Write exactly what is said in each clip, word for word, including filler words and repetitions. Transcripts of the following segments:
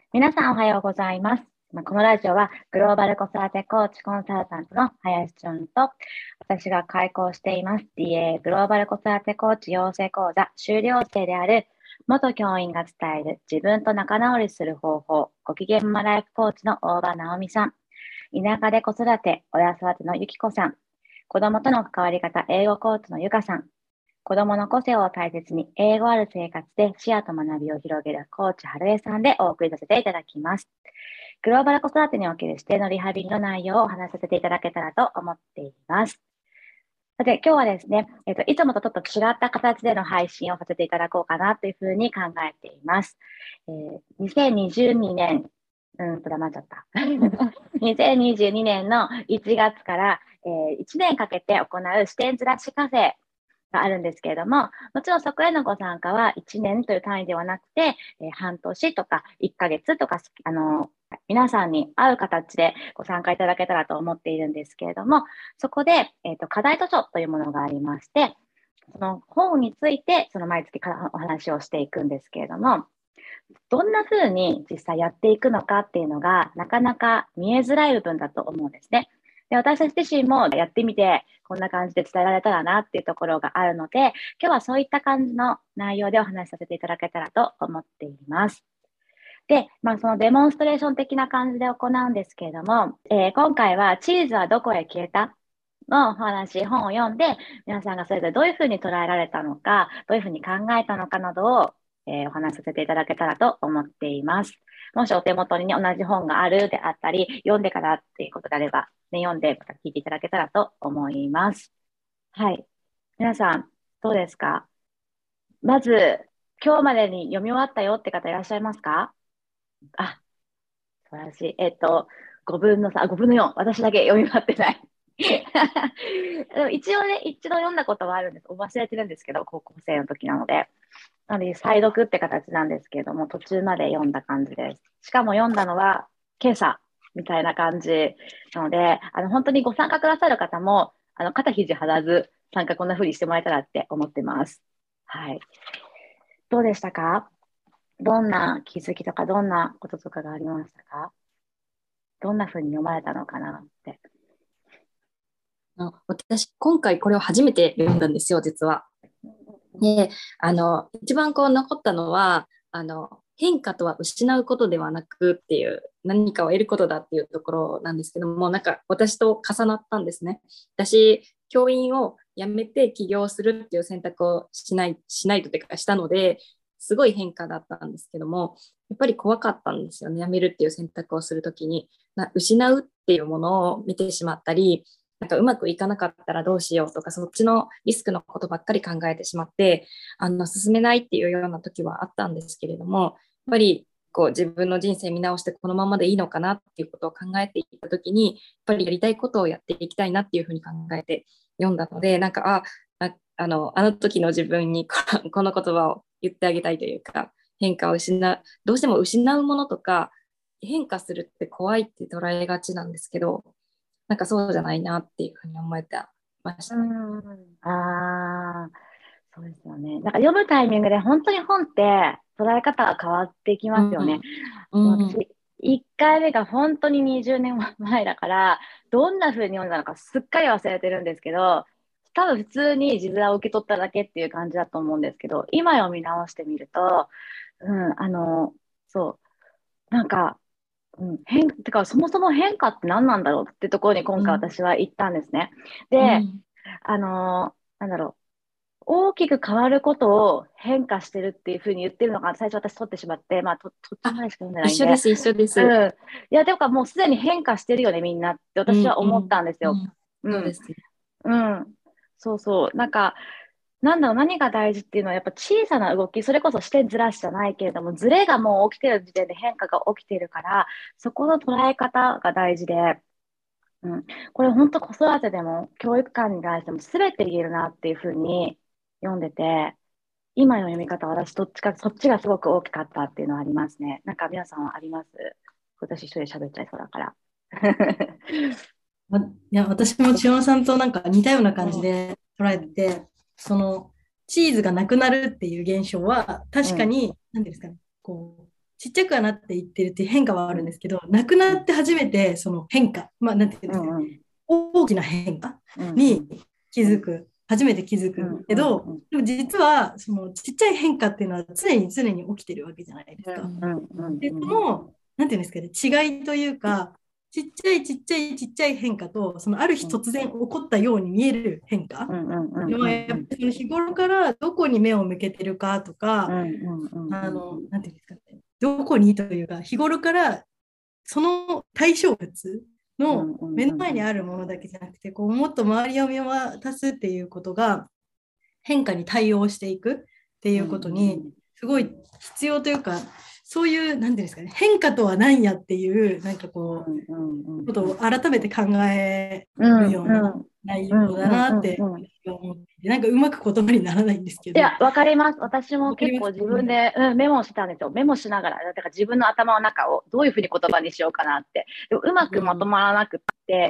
皆さんおはようございます。まあこのラジオはグローバル子育てコーチコンサルタントの林純と私が開講しています ディーエー グローバル子育てコーチ養成講座修了生である元教員が伝える自分と仲直りする方法ご機嫌マライフコーチの大場直美さん、田舎で子育て親育てのゆきこさん、子供との関わり方英語コーチのゆかさん、子供の個性を大切に英語ある生活で視野と学びを広げるコーチ春江さんでお送りさせていただきます。グローバル子育てにおける指定のリハビリの内容をお話しさせていただけたらと思っています。さて、今日はですね、えっと、いつもとちょっと違った形での配信をさせていただこうかなというふうに考えています。えー、にせんにじゅうにねん、うんと黙っちゃった。にせんにじゅうにねんのいちがつから、えー、いちねんかけて行う視点ずらしカフェがあるんですけれども、もちろんそこへのご参加はいちねんという単位ではなくて、えー、半年とかいっかげつとか、あの皆さんに合う形でご参加いただけたらと思っているんですけれども、そこで、えーと、課題図書というものがありまして、その本についてその毎月からお話をしていくんですけれども、どんな風に実際やっていくのかっていうのがなかなか見えづらい部分だと思うんですね。で、私たち自身もやってみてこんな感じで伝えられたらなっていうところがあるので、今日はそういった感じの内容でお話しさせていただけたらと思っています。で、まあ、そのデモンストレーション的な感じで行うんですけれども、えー、今回はチーズはどこへ消えたのお話、本を読んで、皆さんがそれぞれどういうふうに捉えられたのか、どういうふうに考えたのかなどを、えー、お話しさせていただけたらと思っています。もしお手元に、ね、同じ本があるであったり、読んでからっていうことであれば、ね、読んでまた聞いていただけたらと思います。はい。皆さん、どうですか？まず、今日までに読み終わったよって方いらっしゃいますか？あ、素晴らしい。えっと、ごぶんのさん、ごぶんのよん。私だけ読み終わってない。でも一応ね、一度読んだことはあるんです。忘れてるんですけど、高校生の時なので。なので、再読って形なんですけれども、途中まで読んだ感じです。しかも読んだのは、今朝みたいな感じなので、あの、本当にご参加くださる方も、あの、肩肘張らず、参加こんな風にしてもらえたらって思ってます。はい。どうでしたか？どんな気づきとか、どんなこととかがありましたか？どんな風に読まれたのかなって。 あ私、今回これを初めて読んだんですよ、実は。で、あの、一番こう残ったのは、あの、変化とは失うことではなくっていう、何かを得ることだっていうところなんですけども、なんか私と重なったんですね。私、教員を辞めて起業するっていう選択をしない、しないというかしたので、すごい変化だったんですけども、やっぱり怖かったんですよね。辞めるっていう選択をするときに、な失うっていうものを見てしまったり、なんかうまくいかなかったらどうしようとか、そっちのリスクのことばっかり考えてしまって、あの進めないっていうような時はあったんですけれども、やっぱりこう自分の人生見直してこのままでいいのかなっていうことを考えていった時に、やっぱりやりたいことをやっていきたいなっていうふうに考えて読んだので、なんかあああのあの時の自分にこの言葉を言ってあげたいというか、変化を失う、どうしても失うものとか変化するって怖いって捉えがちなんですけど、なんかそうじゃないなっていうふうに思えてましうたね。 ん。ああ、そうですよね。なんか読むタイミングで本当に本って捉え方が変わっていきますよね。 うん。うん。 私、いっかいめが本当ににじゅうねんまえだから、どんな風に読んだのかすっかり忘れてるんですけど、多分普通に字面を受け取っただけっていう感じだと思うんですけど、今読み直してみると、うん、あの、そう、なんか、うん、変、てか、そもそも変化って何なんだろうってところに今回うん。 私は行ったんですね。で、 うん。 あのなんだろう、大きく変わることを変化してるっていうふうに言ってるのが最初私取ってしまって、まあ、と途中あ、 までしか読んでないんで、 一緒です、一緒です。 うん。いや、ていうかもうすでに変化してるよね、みんなってうん、 私は思っうん、 たんですよ。 うん。 うん。 そうですね。 うん。そうそう。なんか、なんだろう、何が大事っていうのは、やっぱ小さな動き、それこそ視点ずらしじゃないけれども、ずれがもう起きてる時点で変化が起きてるから、そこの捉え方が大事で、うん、これ本当子育てでも教育観に対しても全て言えるなっていうふうに読んでて、今の読み方は私どっちか、そっちがすごく大きかったっていうのはありますね。なんか皆さんはあります？私一人で喋っちゃいそうだから。 わいや、私も千代さんとなんか似たようなうん、 感じで捉えてて、そのチーズがなくなるっていう現象はうん、 確かに、何ですかね、こう、 ちっちゃくはなっていってるっていう変化はあるんですけど、なくなって初めてその変化、まあ、なんていうんですかね、 うんうん大きな変化に気づく、初めて気づくけど、でも実はそのちっちゃい変化っていうのは常に常に起きてるわけじゃないですか。で、その、なんていうんですかね、違いというか、ちっちゃいちっちゃいちっちゃい変化と、そのある日突然起こったように見える変化。でもやっぱりその日頃からどこに目を向けてるかとか、あの、なんていうんですかね、どこにというか、日頃からその対象物の目の前にあるものだけじゃなくて、こうもっと周りを見渡すっていうことが変化に対応していくっていうことにすごい必要というか、そういう、なんていうんですかね、変化とは何やっていう、なんかこう、ことを改めて考えるような内容だなって思って、なんかうまく言葉にならないんですけど。 いや、わかります。私も結構自分で、うん、メモしたんですよ。メモしながら、だから自分の頭の中をどういうふうに言葉にしようかなって。でもうまくまとまらなくって、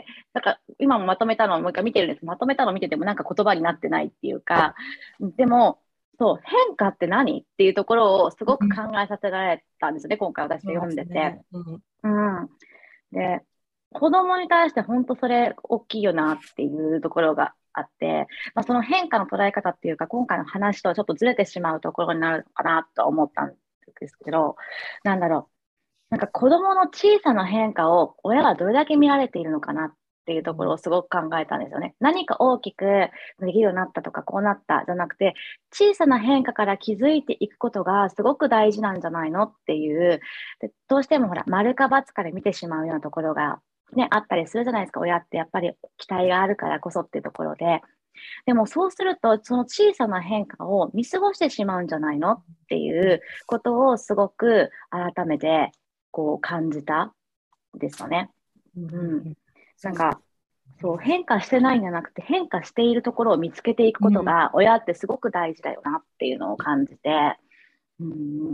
だから今もまとめたのをもう一回見てるんです。まとめたのを見ててもなんか言葉になってないっていうか、でも、そう、変化って何っていうところをすごく考えさせられたんですよね、今回私読んでて。うん。で、子供に対して本当それ大きいよなっていうところがあって、まあ、その変化の捉え方っていうか、今回の話とはちょっとずれてしまうところになるのかなと思ったんですけど、なんだろう。なんか子供の小さな変化を親がどれだけ見られているのかなっていうところをすごく考えたんですよね。何か大きくできるようになったとかこうなったじゃなくて、小さな変化から気づいていくことがすごく大事なんじゃないのっていう、でどうしてもほら、丸か×かで見てしまうようなところがね、あったりするじゃないですか。親ってやっぱり期待があるからこそっていうところで。でもそうすると、その小さな変化を見過ごしてしまうんじゃないのっていうことをすごく改めてこう感じたんですよね。うん。なんか、そう、変化してないんじゃなくて、変化しているところを見つけていくことが、親ってすごく大事だよなっていうのを感じて。うん。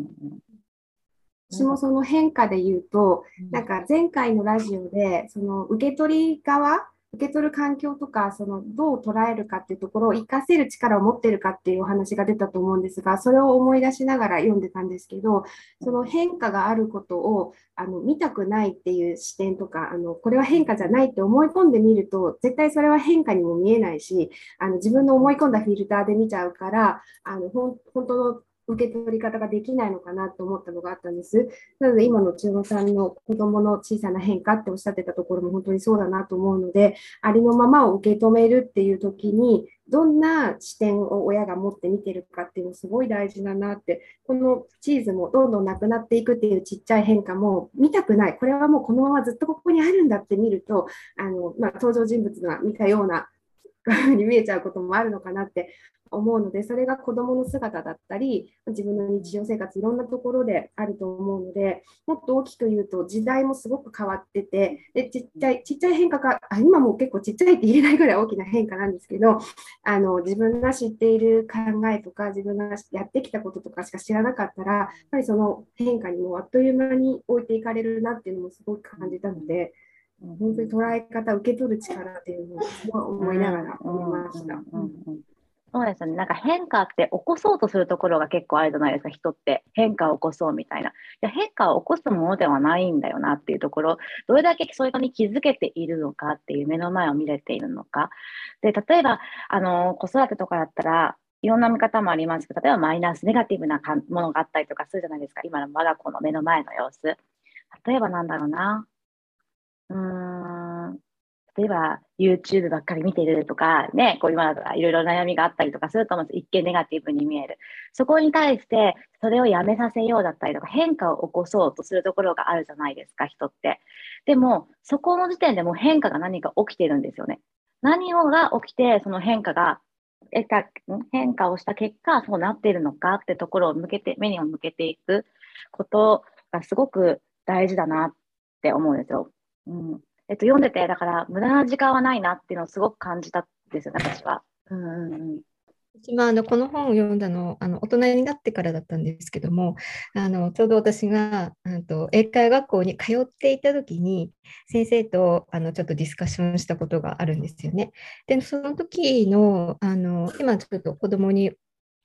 私もその変化で言うと、なんか前回のラジオで、その受け取り側、受け取る環境とか、そのどう捉えるかっていうところを活かせる力を持ってるかっていうお話が出たと思うんですが、それを思い出しながら読んでたんですけど、その変化があることをあの見たくないっていう視点とか、あのこれは変化じゃないって思い込んでみると、絶対それは変化にも見えないし、あの自分の思い込んだフィルターで見ちゃうから、あのほん本当の受け取り方ができないのかなと思ったのがあったんです。なので今の千代さんの子どもの小さな変化っておっしゃってたところも本当にそうだなと思うので、ありのままを受け止めるっていう時にどんな視点を親が持って見てるかっていうのすごい大事だなって、このチーズもどんどんなくなっていくっていうちっちゃい変化も見たくない、これはもうこのままずっとここにあるんだって見ると、あの、まあ、登場人物が見たようなに見えちゃうこともあるのかなって思うので、それが子どもの姿だったり、自分の日常生活いろんなところであると思うので、もっと大きく言うと時代もすごく変わってて、でちっちゃいちっちゃい変化があ、今も結構ちっちゃいって言えないぐらい大きな変化なんですけど、あの自分が知っている考えとか自分がやってきたこととかしか知らなかったら、やっぱりその変化にもあっという間に置いていかれるなっていうのもすごく感じたので、本当に捉え方、受け取る力っていうのをすごい思いながら思いました。 そうですね。なんか変化って起こそうとするところが結構あるじゃないですか、人って変化を起こそうみたいな。いや、変化を起こすものではないんだよなっていうところ、どれだけそれに気づけているのかっていう目の前を見れているのか。で、例えば、あの、子育てとかだったら、いろんな見方もありますけど、例えばマイナス、ネガティブなものがあったりとかするじゃないですか、今の我が子の目の前の様子。例えばなんだろうな。うーん。例えば YouTube ばっかり見てるとかね、こう今だといろいろ悩みがあったりとかすると思うんです。一見ネガティブに見える。そこに対してそれをやめさせようだったりとか変化を起こそうとするところがあるじゃないですか、人って。でも、そこの時点でもう変化が何か起きてるんですよね。何をが起きて、その変化が、得た変化をした結果、そうなっているのかってところを向けて、目にを向けていくことがすごく大事だなって思うんですよ。うんえっと、読んでて、だから無駄な時間はないなっていうのをすごく感じたんですよね、私は。うんうんうん私はあのこの本を読んだのあの大人になってからだったんですけども、あのちょうど私があと英会話学校に通っていた時に先生とあのちょっとディスカッションしたことがあるんですよね。でその時の、あの今ちょっと子供に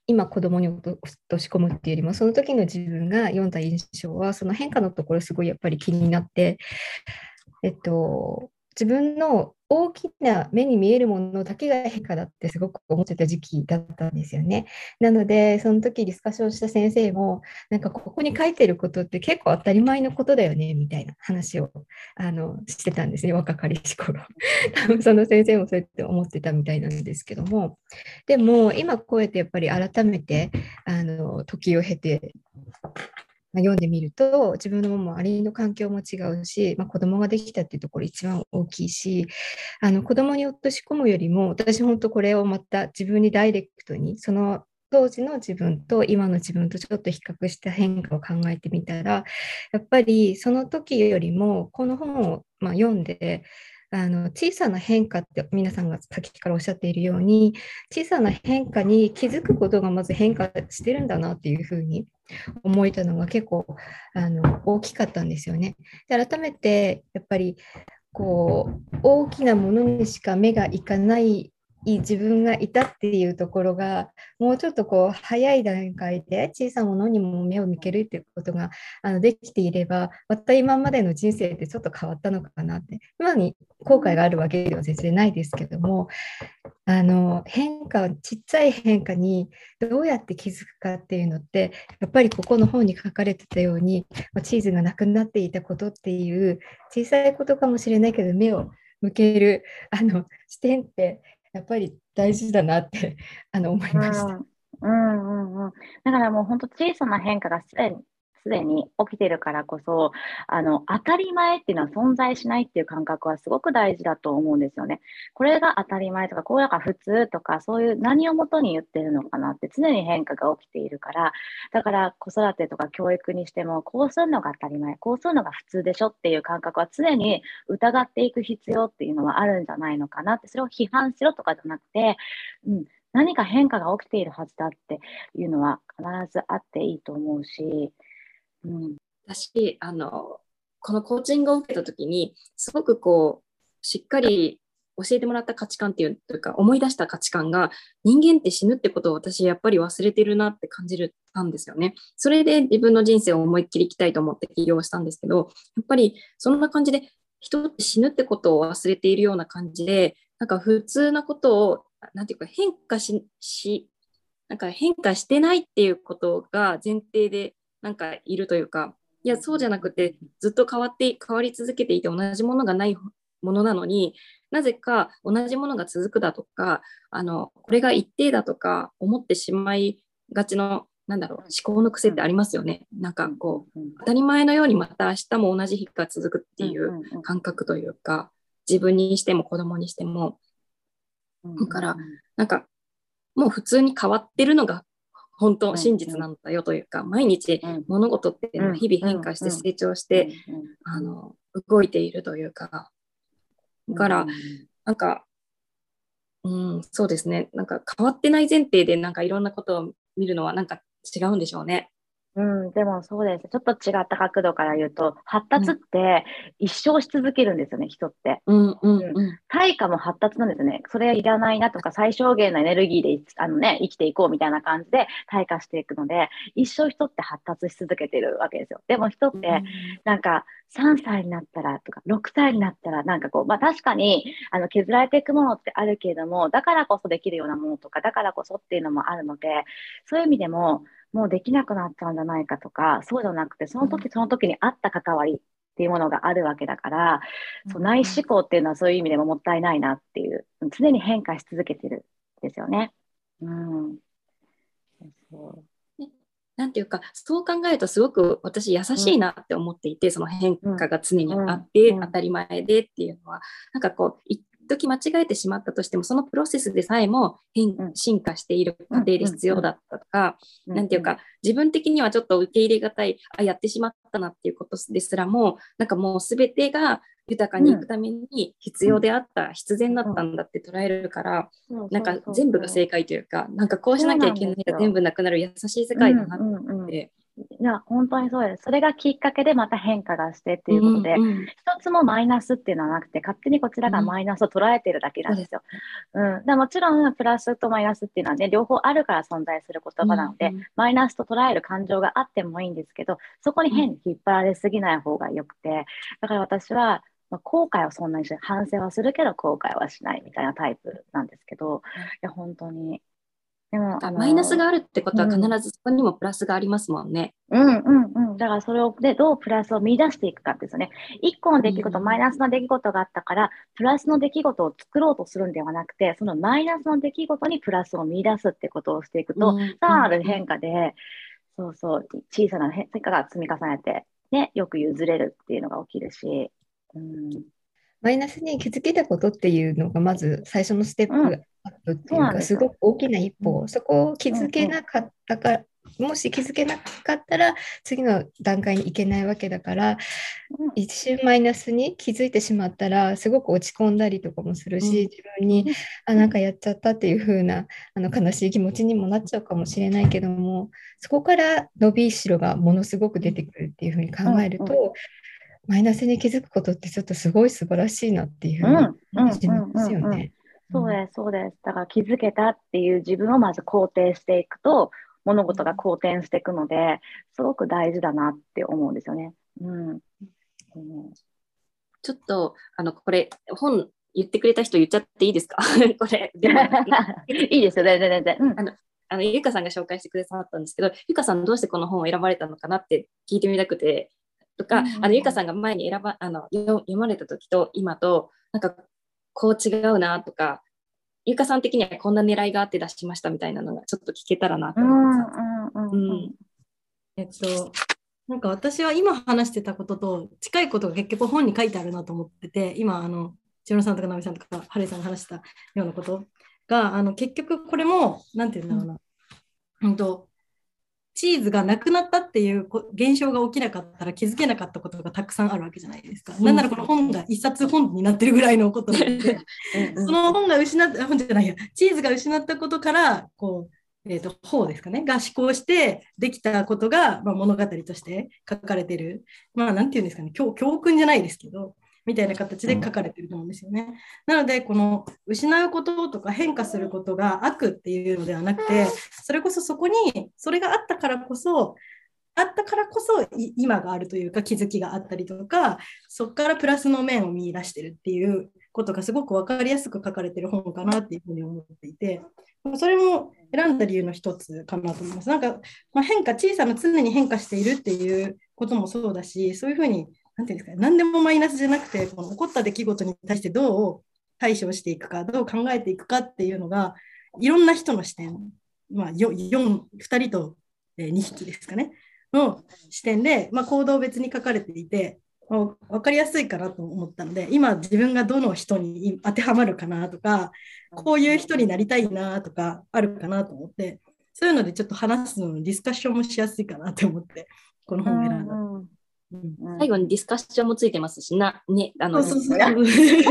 今子供に落とし込むっていうよりも、その時の自分が読んだ印象は、その変化のところすごいやっぱり気になって、えっと、自分の大きな目に見えるものだけが変化だってすごく思ってた時期だったんですよね。なので、その時ディスカッションした先生も、なんかここに書いてることって結構当たり前のことだよね、みたいな話をあのしてたんですね、若かりし頃。多分その先生もそうやって思ってたみたいなんですけども、でも今こうやってやっぱり改めてあの時を経て、読んでみると、自分の周りの環境も違うし、まあ、子供ができたっていうところ一番大きいし、あの子供に落とし込むよりも、私本当これをまた自分にダイレクトに、その当時の自分と今の自分とちょっと比較した変化を考えてみたら、やっぱりその時よりもこの本をまあ読んで、あの小さな変化って皆さんが先からおっしゃっているように、小さな変化に気づくことがまず変化してるんだなっていうふうに思えたのが結構あの大きかったんですよね。で、改めてやっぱりこう大きなものにしか目がいかない自分がいたっていうところが、もうちょっとこう早い段階で小さなものにも目を向けるっていうことがあのできていれば、また今までの人生ってちょっと変わったのかなって、今に後悔があるわけでは全然ないですけども、あの変化、ちっちゃい変化にどうやって気づくかっていうのって、やっぱりここの本に書かれてたように、チーズがなくなっていたことっていう小さいことかもしれないけど、目を向けるあの視点ってやっぱり大事だなってあの思いました。 うんうんうんうん。だからもう本当小さな変化がすでにすでに起きてるからこそ、あの、当たり前っていうのは存在しないっていう感覚はすごく大事だと思うんですよね。これが当たり前とか、これが普通とか、そういう何をもとに言ってるのかなって常に変化が起きているから、だから子育てとか教育にしても、こうするのが当たり前、こうするのが普通でしょっていう感覚は常に疑っていく必要っていうのはあるんじゃないのかなって、それを批判しろとかじゃなくて、うん、何か変化が起きているはずだっていうのは必ずあっていいと思うし、うん、 私あのこのコーチングを受けた時にすごくこうしっかり教えてもらった価値観っていうか、思い出した価値観が、人間って死ぬってことを私やっぱり忘れてるなって感じたんですよね。それで自分の人生を思いっきり生きたいと思って起業したんですけど、やっぱりそんな感じで人って死ぬってことを忘れているような感じで、なんか普通なことをなんていうか変化し、しなんか変化してないっていうことが前提でなんかいるというか、いやそうじゃなくてずっと変わって変わり続けていて同じものがないものなのに、なぜか同じものが続くだとか、あのこれが一定だとか思ってしまいがちの、なんだろう、思考の癖ってありますよね。なんかこう当たり前のようにまた明日も同じ日が続くっていう感覚というか、自分にしても子供にしても、だからなんかもう普通に変わってるのが本当真実なんだよというか、毎日物事っていうのは日々変化して成長してあの動いているというか、だからなんか、うん、そうですね、なんか変わってない前提でなんかいろんなことを見るのはなんか違うんでしょうね。 うん、でもそうです。ちょっと違った角度から言うと、発達って一生し続けるんですよね、人って。 うんうんうん、 対価も発達なんですよね。それいらないなとか、最小限のエネルギーであの、ね、生きていこうみたいな感じで対価していくので、一生人って発達し続けてるわけですよ。でも人って、なんかさんさいになったらとか、ろくさいになったら、なんかこう、まあ確かにあの削られていくものってあるけれども、だからこそできるようなものとか、だからこそっていうのもあるので、そういう意味でも、もうできなくなっちゃうんじゃないかとか、そうじゃなくて、その時その時にあった関わりっていうものがあるわけだから、そう内思考っていうのはそういう意味でももったいないなっていう、常に変化し続けてるんですよね。うん。 そうね、なんていうか、そう考えるとすごく私優しいなって思っていて、うん、その変化が常にあって、うん、当たり前でっていうのは、なんかこう、一時間違えてしまったとしても、そのプロセスでさえも変進化している過程で必要だったとか、うん、なんていうか、自分的にはちょっと受け入れがたい、あ、やってしまったなっていうことですらも、なんかもう全てが豊かにいくために必要であった、うん、必然だったんだって捉えるから、うん、なんか全部が正解というか、なんかこうしなきゃいけないが全部なくなる優しい世界だなっていや、本当にそうです。それがきっかけでまた変化がしてっていうことで、 うんうん、 一つもマイナスっていうのはなくて、勝手にこちらがマイナスを捉えているだけなんですよ。うん、でもちろん、プラスとマイナスっていうのはね、両方あるから存在する言葉なので、 うんうん、 マイナスと捉える感情があってもいいんですけど、そこに変に引っ張られすぎない方がよくて、だから私は、まあ、後悔はそんなにしない、反省はするけど後悔はしないみたいなタイプなんですけど、いや、本当に。でも、あのマイナスがあるってことは必うんずそこにもプラスがありますもんね。 うんうんうん。だからそれをでどうプラスを見出していくかですよね。一個の出来事、 うんマイナスの出来事があったから、プラスの出来事を作ろうとするんではなくて、そのマイナスの出来事にプラスを見出すってことをしていくと、 うんさらなる変化で、そうそう、小さな変化が積み重ねて、ね、よく譲れるっていうのが起きるし、うん、 マイナスに気づけたことっていうのがまず最初のステッうん、 プアップってそういうか、 なんですよ。 すごく大きな一歩、そこを気うんづけなかったか、もし気づけなかったら次の段階に行けないわけだから、 うん一瞬マイナスに気づいてしまったらすごく落ち込んだりとかもするし、自分にあなんかやっちゃったっていう風なあの悲しい気持ちにもなっちゃうかもしれないけども、そこから伸びしろがものすごく出てくるっていう風に考えるうんと、マイナスに気づくことってちょっとすごい素晴らしいなっていううんう風にんうん思いますようんうん。 ね。 そうです、そうです。だから気づけたっていう自分をまず肯定していくと、物事が好転していくので、すごく大事だなって思うんですよね。うん。うん、 ちょっと、あの、これ、本言ってくれた人言っちゃっていいですかこれ、でも、 いいですよ、全然全然。うん、 あの、あのゆかさんが紹介してくださったんですけど、ゆかさんどうしてこの本を選ばれたのかなって聞いてみたくて、とか、 うんうん、 あのゆかさんが前に選ばあの読まれた時と今と、なんかこう違うなとか、ゆかさん的にはこんな狙いがあって出しましたみたいなのがちょっと聞けたらなと思います。 うんうんうんうん、 えっと、なんか私は今話してたことと近いことが結局本に書いてあるなと思ってて、今、あの、千代さんとか直美さんとか、ハレさんが話したようなことが、あの結局これも、なんていうんだろうな、本当、チーズがなくなったっていう現象が起きなかったら気づけなかったことがたくさんあるわけじゃないですか。なんならこの本が一冊本になってるぐらいのことなので、その本が失った、本じゃないや、チーズが失ったことから、こう、えーと、方ですかね、が思考してできたことが、まあ、物語として書かれてる、まあ、なんていうんですかね、教、教訓じゃないですけど、みたいな形で書かれてると思うんですよね。なので、この失うこととか変化することが悪っていうのではなくて、それこそそこに、それがあったからこそ、あったからこそ今があるというか気づきがあったりとか、そこからプラスの面を見出してるっていうことがすごく分かりやすく書かれてる本かなっていうふうに思っていて、それも選んだ理由の一つかなと思います。なんか、まあ、変化、小さな常に変化しているっていうこともそうだし、そういうふうに、なんていうんですかね、何でもマイナスじゃなくて、この起こった出来事に対してどう対処していくか、どう考えていくかっていうのが、いろんな人の視点、まあ、よん、ふたりとにひきですかね、の視点で、まあ、行動別に書かれていて、まあ、分かりやすいかなと思ったので、今自分がどの人に当てはまるかなとか、こういう人になりたいなとかあるかなと思って、そういうのでちょっと話すのにディスカッションもしやすいかなと思って、この本を選んだ。うんうんうん、最後にディスカッションもついてますしな、ね、あの、 そうそうそう。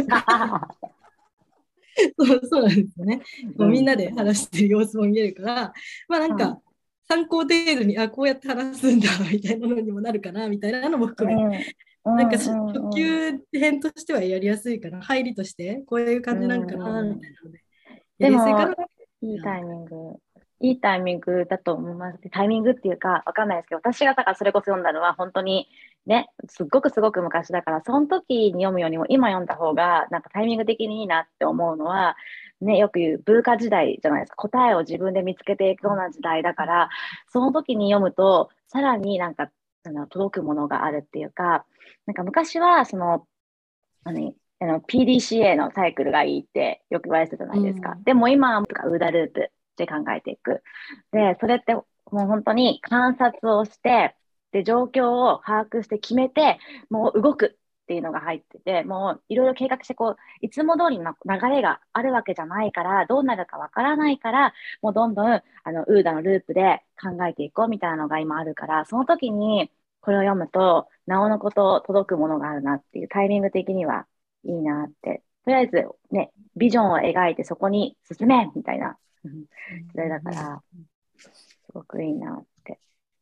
そうそうなんですよね。もうみんなで話してる様子も見えるから、まあなんか、参考程度に、あ、こうやって話すんだみたいなのにもなるかなみたいなのも含めて、うん、なんか初級編としてはやりやすいかな、入りとしてこういう感じなんかなみたいなので、 でもいいタイミング、いいタイミングだと思います。タイミングっていうかわかんないですけど、私がだからそれこそ読んだのは本当にね、すっごくすごく昔だから、その時に読むよりも今読んだ方がなんかタイミング的にいいなって思うのは、ね、よく言う文化時代じゃないですか。答えを自分で見つけていくような時代だから、その時に読むとさらになんかあの届くものがあるっていうか、なんか昔はその何あの ピーディーシーエー のサイクルがいいってよく言われてたじゃないですか。うん、でも今はウーダループで考えていく。で、それってもう本当に観察をして、で、状況を把握して決めて、もう動くっていうのが入ってて、もういろいろ計画して、こう、いつも通りの流れがあるわけじゃないから、どうなるかわからないから、もうどんどん、あの、ウーダのループで考えていこうみたいなのが今あるから、その時にこれを読むと、なおのこと届くものがあるなっていうタイミング的にはいいなって。とりあえずね、ビジョンを描いてそこに進めみたいな時代だから、すごくいいなって。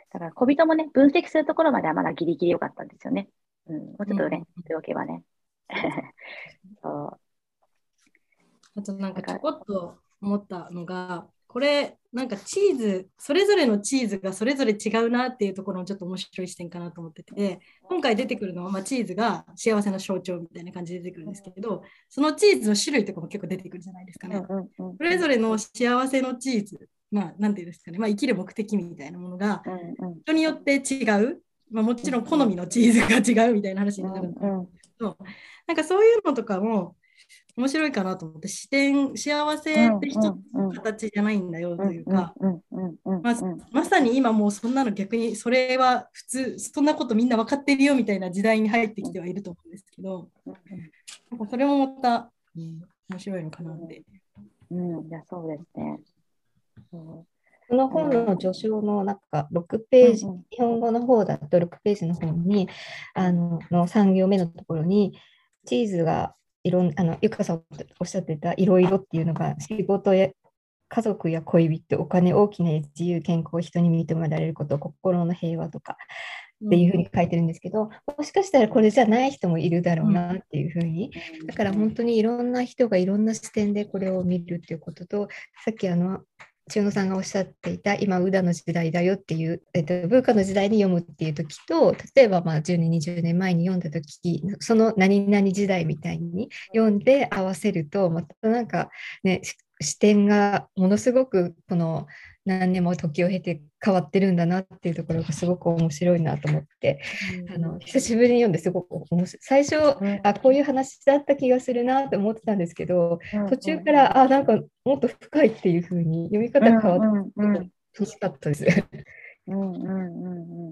だから小人もね、分析するところまではまだギリギリ良かったんですよね。うん、もうちょっとね、言っておけばね。そうあとなんかちょだからこっと思ったのが、これなんかチーズ、それぞれのチーズがそれぞれ違うなっていうところもちょっと面白い視点かなと思ってて、今回出てくるのは、まあ、チーズが幸せの象徴みたいな感じで出てくるんですけど、そのチーズの種類とかも結構出てくるじゃないですかね。 うんうんうんそれぞれの幸せのチーズ、まあなんていうんですかね、まあ、生きる目的みたいなものがうんうん人によって違う、まあ、もちろん好みのチーズが違うみたいな話になるんですけど、なんかそういうのとかも面白いかなと思って、視点、幸せって一つの形じゃないんだよというか、まあ、まさに今もうそんなの逆にそれは普通、そんなことみんな分かってるよみたいな時代に入ってきてはいると思うんですけど、なんかそれもまた、うん、面白いのかなって。 うん、いやそうですね。 この本の序章のなんかろくページ、うんうん、日本語の方だとろくページの方に、あののさん行目のところに、チーズがいろんあのゆかさんおっしゃってたいろいろっていうのが、仕事や家族や恋人、お金、大きな自由、健康、人に認められること、心の平和とかっていうふうに書いてるんですけど、もしかしたらこれじゃない人もいるだろうなっていうふうに、だから本当にいろんな人がいろんな視点でこれを見るっていうことと、さっきあの千代野さんがおっしゃっていた今、宇田の時代だよっていう、えっと、文化の時代に読むっていう時と、例えばまあじゅうねん、にじゅうねんまえに読んだ時、その何々時代みたいに読んで合わせると、またなんかね、視点がものすごくこの何年も時を経て変わってるんだなっていうところがすごく面白いなと思って、うん、あの久しぶりに読んですごく面白い。最初、うん、あこういう話だった気がするなと思ってたんですけど、うん、途中からあなんかもっと深いっていう風に読み方変わって楽しかったです。 うんうんうんうん、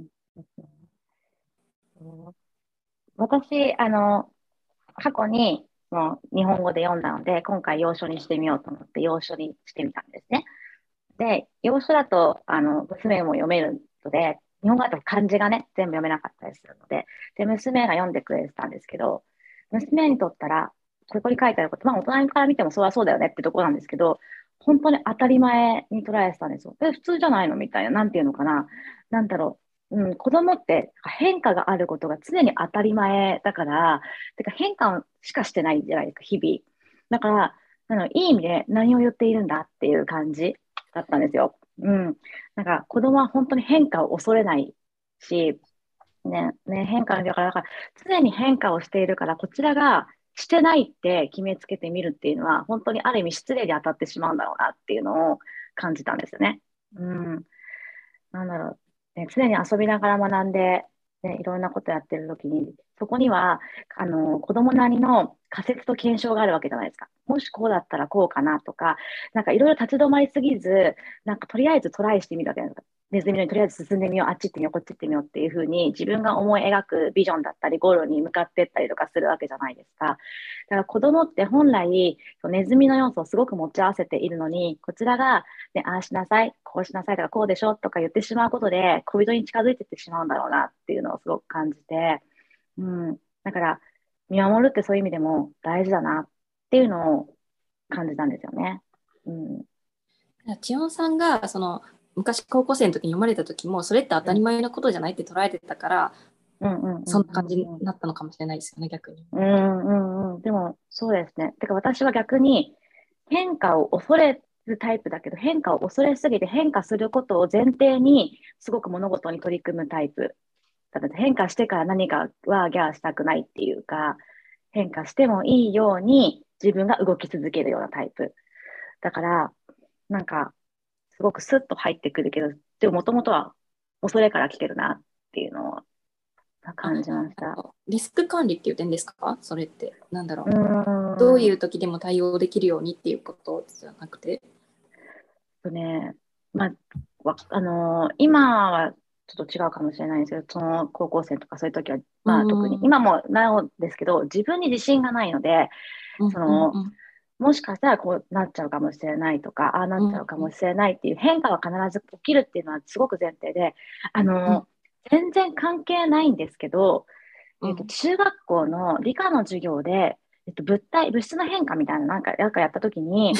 私あの過去にもう日本語で読んだので、今回洋書にしてみようと思って洋書にしてみたんですね。で、洋書だとあの娘も読めるので、日本語だと漢字がね、全部読めなかったりするので、で、娘が読んでくれてたんですけど、娘にとったら、ここに書いてあること、まあ大人から見てもそれはそうだよねってところなんですけど、本当に当たり前に捉えてたんですよ。え、普通じゃないのみたいな、なんていうのかな。なんだろう。うん、子供って変化があることが常に当たり前だから、てか変化しかしてないじゃないですか、日々。だから、あのいい意味で何を言っているんだっていう感じだったんですよ。うん。なんか子供は本当に変化を恐れないし、ね、ね、変化だから、だから常に変化をしているから、こちらがしてないって決めつけてみるっていうのは、本当にある意味失礼で当たってしまうんだろうなっていうのを感じたんですよね。うん。なんだろう。ね、常に遊びながら学んで、ね、いろんなことやってるときに、そこには、あの、子供なりの仮説と検証があるわけじゃないですか。もしこうだったらこうかなとか、なんかいろいろ立ち止まりすぎず、なんかとりあえずトライしてみるわけじゃないですか。ネズミのようにとりあえず進んでみよう、あっち行ってみよう、こっち行ってみようっていうふうに自分が思い描くビジョンだったり、ゴールに向かっていったりとかするわけじゃないですか。だから子供って本来、ネズミの要素をすごく持ち合わせているのに、こちらが、ね、ああしなさい、こうしなさいとか、こうでしょとか言ってしまうことで、小人に近づいていってしまうんだろうなっていうのをすごく感じて、うん。だから、見守るってそういう意味でも大事だなっていうのを感じたんですよね。うん。 千代さんがその昔高校生の時に読まれた時もそれって当たり前のことじゃないって捉えてたから、そんな感じになったのかもしれないですよね、逆に。 うんうんうん。でもそうですね。てか私は逆に変化を恐れるタイプだけど、変化を恐れすぎて変化することを前提にすごく物事に取り組むタイプ。だから変化してから何かはギャーしたくないっていうか、変化してもいいように自分が動き続けるようなタイプ。だから、なんか、すごくスッと入ってくるけど、でももともとは恐れから来てるなっていうのを感じました。 リスク管理っていう点ですか？それって。なんだろう。うどういう時でも対応できるようにっていうことじゃなくて。 とね、まあ、あのー、今はちょっと違うかもしれないんですけど、その高校生とかそういう時は、まあ特に、今もなおですけど、自分に自信がないので、その、うんうんうん、もしかしたらこうなっちゃうかもしれないとか、ああなっちゃうかもしれないっていう変化は必ず起きるっていうのはすごく前提で、あの、うん、全然関係ないんですけど、えっと、中学校の理科の授業で、えっと、物体、物質の変化みたいななんか、なんかやったときに、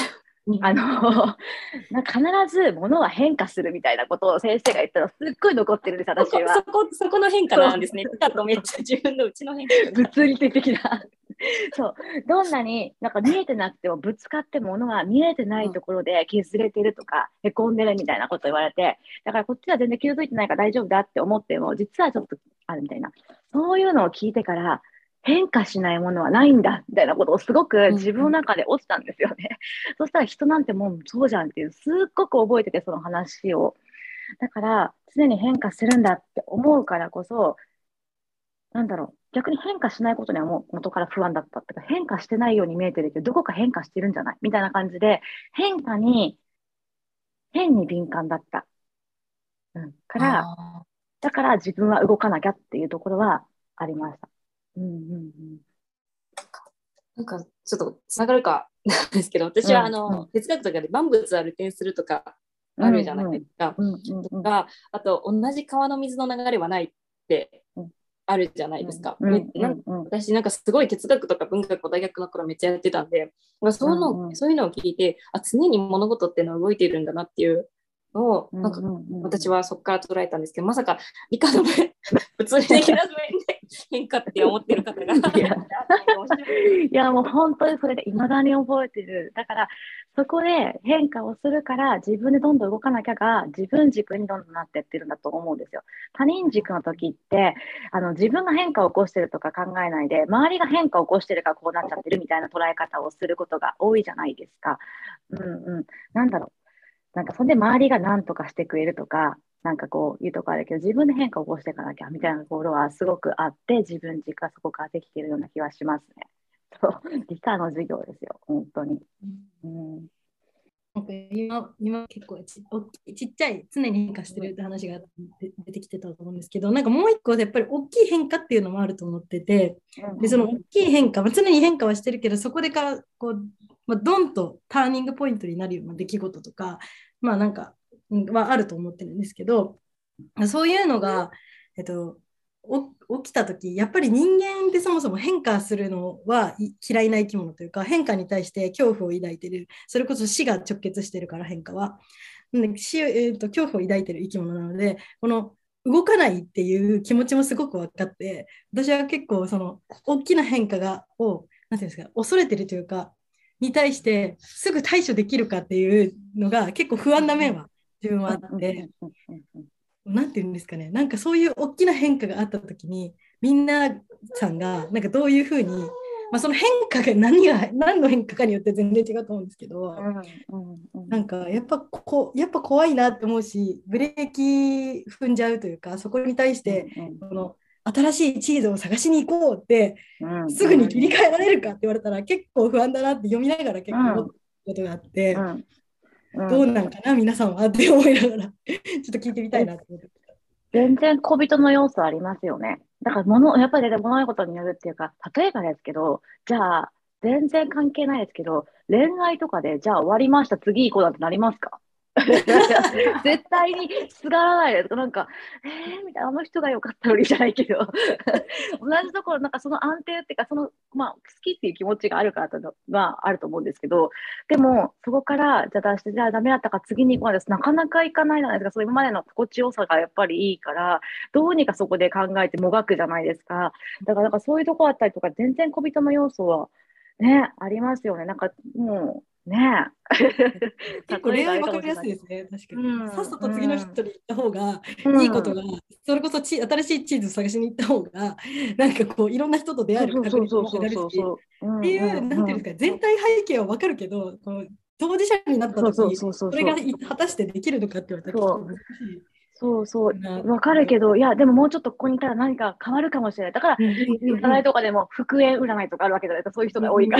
あのなんか必ず物は変化するみたいなことを先生が言ったらすっごい残ってるんです、私は。 そこ、そこの変化なんですね。あとめっちゃ自分のうちの変化。 物理的な。そう。どんなになんか見えてなくてもぶつかって物は見えてないところで削れてるとか、へこんでるみたいなこと言われて、だからこっちは全然傷ついてないから大丈夫だって思っても、実はちょっとあるみたいな。そういうのを聞いてから、変化しないものはないんだみたいなことをすごく自分の中で落ちたんですよね。そしたら人なんてもうそうじゃんっていう、すっごく覚えてて、その話を。だから常に変化するんだって思うからこそ、なんだろう、逆に変化しないことにはもう元から不安だったっていうか、変化してないように見えてるけど、どこか変化してるんじゃないみたいな感じで、変化に、変に敏感だった。うん。から、だから自分は動かなきゃっていうところはありました。うんうんうん。 なんかちょっとつながるかなんですけど、私はあの、うんうん、哲学とかで万物は流転するとかあるじゃないですか。とか、あと同じ川の水の流れはないってあるじゃないですか。うんうんうん、私なんかすごい哲学とか文学を大学の頃めっちゃやってたんで、その、うんうん、そういうのを聞いて、あ、常に物事っていうのは動いているんだなっていうのをなんか私はそこから捉えたんですけど、まさか理科の物理的な面で変化って思ってる方がいやいやもう本当にそれで未だに覚えてる。だからそこで変化をするから自分でどんどん動かなきゃが自分軸にどんどんなってってるんだと思うんですよ。他人軸の時ってあの自分が変化を起こしてるとか考えないで周りが変化を起こしてるからこうなっちゃってるみたいな捉え方をすることが多いじゃないですか。うんうん。なんだろう。なんかそれで周りが何とかしてくれるとか、なんかこういうとこあるけど、自分で変化を起こしていかなきゃみたいなところはすごくあって、自分軸がそこからできているような気はしますね。そう、理科の授業ですよ、本当に。うん、 なんか今、今結構ちちっちゃい、常に変化してるって話が出てきてたと思うんですけど、なんかもう一個やっぱり大きい変化っていうのもあると思ってて、でその大きい変化、常に変化はしてるけど、そこでかこう、まあ、ドンとターニングポイントになるような出来事とか、まあなんかはあると思ってるんですけど、そういうのが、えっと、起きたとき、やっぱり人間ってそもそも変化するのは嫌いな生き物というか、変化に対して恐怖を抱いている、それこそ死が直結しているから変化は。死、えーと、恐怖を抱いている生き物なので、この動かないっていう気持ちもすごく分かって、私は結構その大きな変化がをなんていうんですか、恐れてるというか、に対してすぐ対処できるかっていうのが結構不安な面は自分はあって。なんていうんですかね、なんかそういう大きな変化があったときに、みんなさんがなんかどういうふうに、まあ、その変化が何が何の変化かによって全然違うと思うんですけど、なんかやっぱこやっぱ怖いなって思うし、ブレーキ踏んじゃうというか、そこに対してこの新しいチーズを探しに行こうって、すぐに切り替えられるかって言われたら結構不安だなって読みながら結構思ったことがあって。うんうんどうなんかな、皆さんはって思いながらちょっと聞いてみたいなと思って。 全然小人の要素ありますよね。だから物、やっぱり物事によるっていうか、例えばですけど、じゃあ、全然関係ないですけど、恋愛とかで、じゃあ終わりました、次行こうなんてなりますか絶対にすがらないです。なんか、えー、みたいな、あの人が良かったのにじゃないけど、同じところ、なんかその安定っていうか、その、まあ、好きっていう気持ちがあるからというのはあると思うんですけど、でも、そこから、じゃあ出して、じゃあダメだったから次に行こうです。なかなかいかないじゃないですか。そう今までの心地よさがやっぱりいいから、どうにかそこで考えてもがくじゃないですか。だから、なんかそういうとこあったりとか、全然小人の要素は、ね、ありますよね。なんか、もう、ね結構恋愛分かりやすいですね、確かに。うん、さっさと次の人に行った方が、うん、いいことが、それこそち新しいチーズを探しに行った方が、なんかこう、いろんな人と出会える確率も上がるし、っていう、なんていうんですか、全体背景は分かるけど、この当事者になった時、それが果たしてできるのかって言われたら、 そうそうそう、分かるけど、いや、でももうちょっとここにいたら何か変わるかもしれない。だから、占いとかでも復縁占いとかあるわけじゃないですか、そういう人が多いから。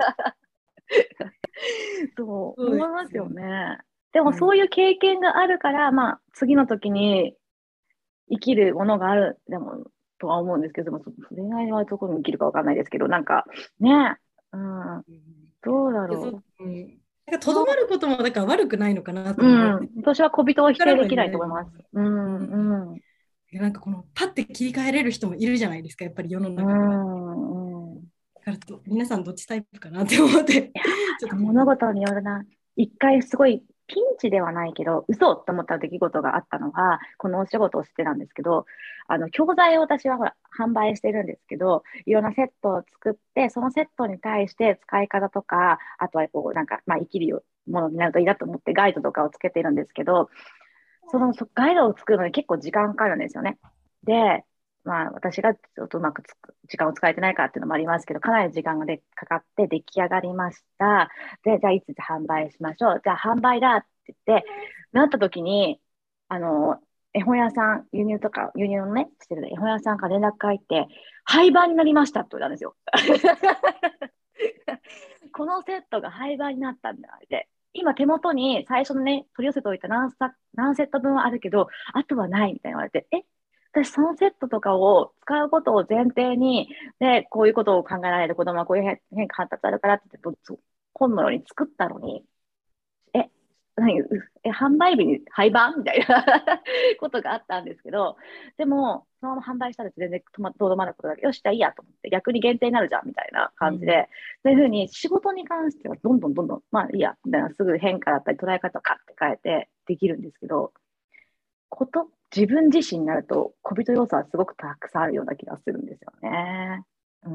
そう思いますよね。でもそういう経験があるから、まあ、次の時に生きるものがあるでもとは思うんですけど、でも恋愛はどこに生きるか分かんないですけど、なんかね、うん、どうだろう。 なんかとどまることもだから悪くないのかなと思って、うん、私は小人は否定できないと思います。うんうん。 なんかこのパッて切り替えれる人もいるじゃないですか、やっぱり世の中には。うんうん、だからと皆さんどっちタイプかなって思って。 ちょっと物事によるな。 一回すごいピンチではないけど、嘘と思った出来事があったのが、このお仕事をしてたんですけど、あの、教材を私はほら、販売してるんですけど、いろんなセットを作って、そのセットに対して使い方とか、あとはこう、なんか、まあ、生きるものになるといいなと思ってガイドとかをつけてるんですけど、そのガイドを作るのに結構時間かかるんですよね。で、まあ、私がちょっとうまくつく時間を使えてないからっていうのもありますけど、かなり時間がでかかって出来上がりました。で、じゃあいつ販売しましょう。じゃあ販売だって言って、なった時に、あの、絵本屋さん、輸入とか、輸入のね、してる絵本屋さんから連絡が入って、廃盤になりましたって言われたんですよ。このセットが廃盤になったんだって。今手元に最初のね、取り寄せておいた何サ何セット分はあるけど、あとはないみたいに言われて、え、私そのセットとかを使うことを前提に、で、こういうことを考えられる子供はこういう変化発達あるからって言って、本のように作ったのに、え、何え、販売日に廃盤みたいなことがあったんですけど、でも、そのまま販売したら全然とどまることだけど、よし、じゃあいいやと思って、逆に限定になるじゃんみたいな感じで、うん、そういうふうに仕事に関してはどんどんどんどん、まあいいや、みたいなすぐ変化だったり捉え方をカッて変えてできるんですけど、こと、自分自身になると、小人要素はすごくたくさんあるような気がするんですよね。うん。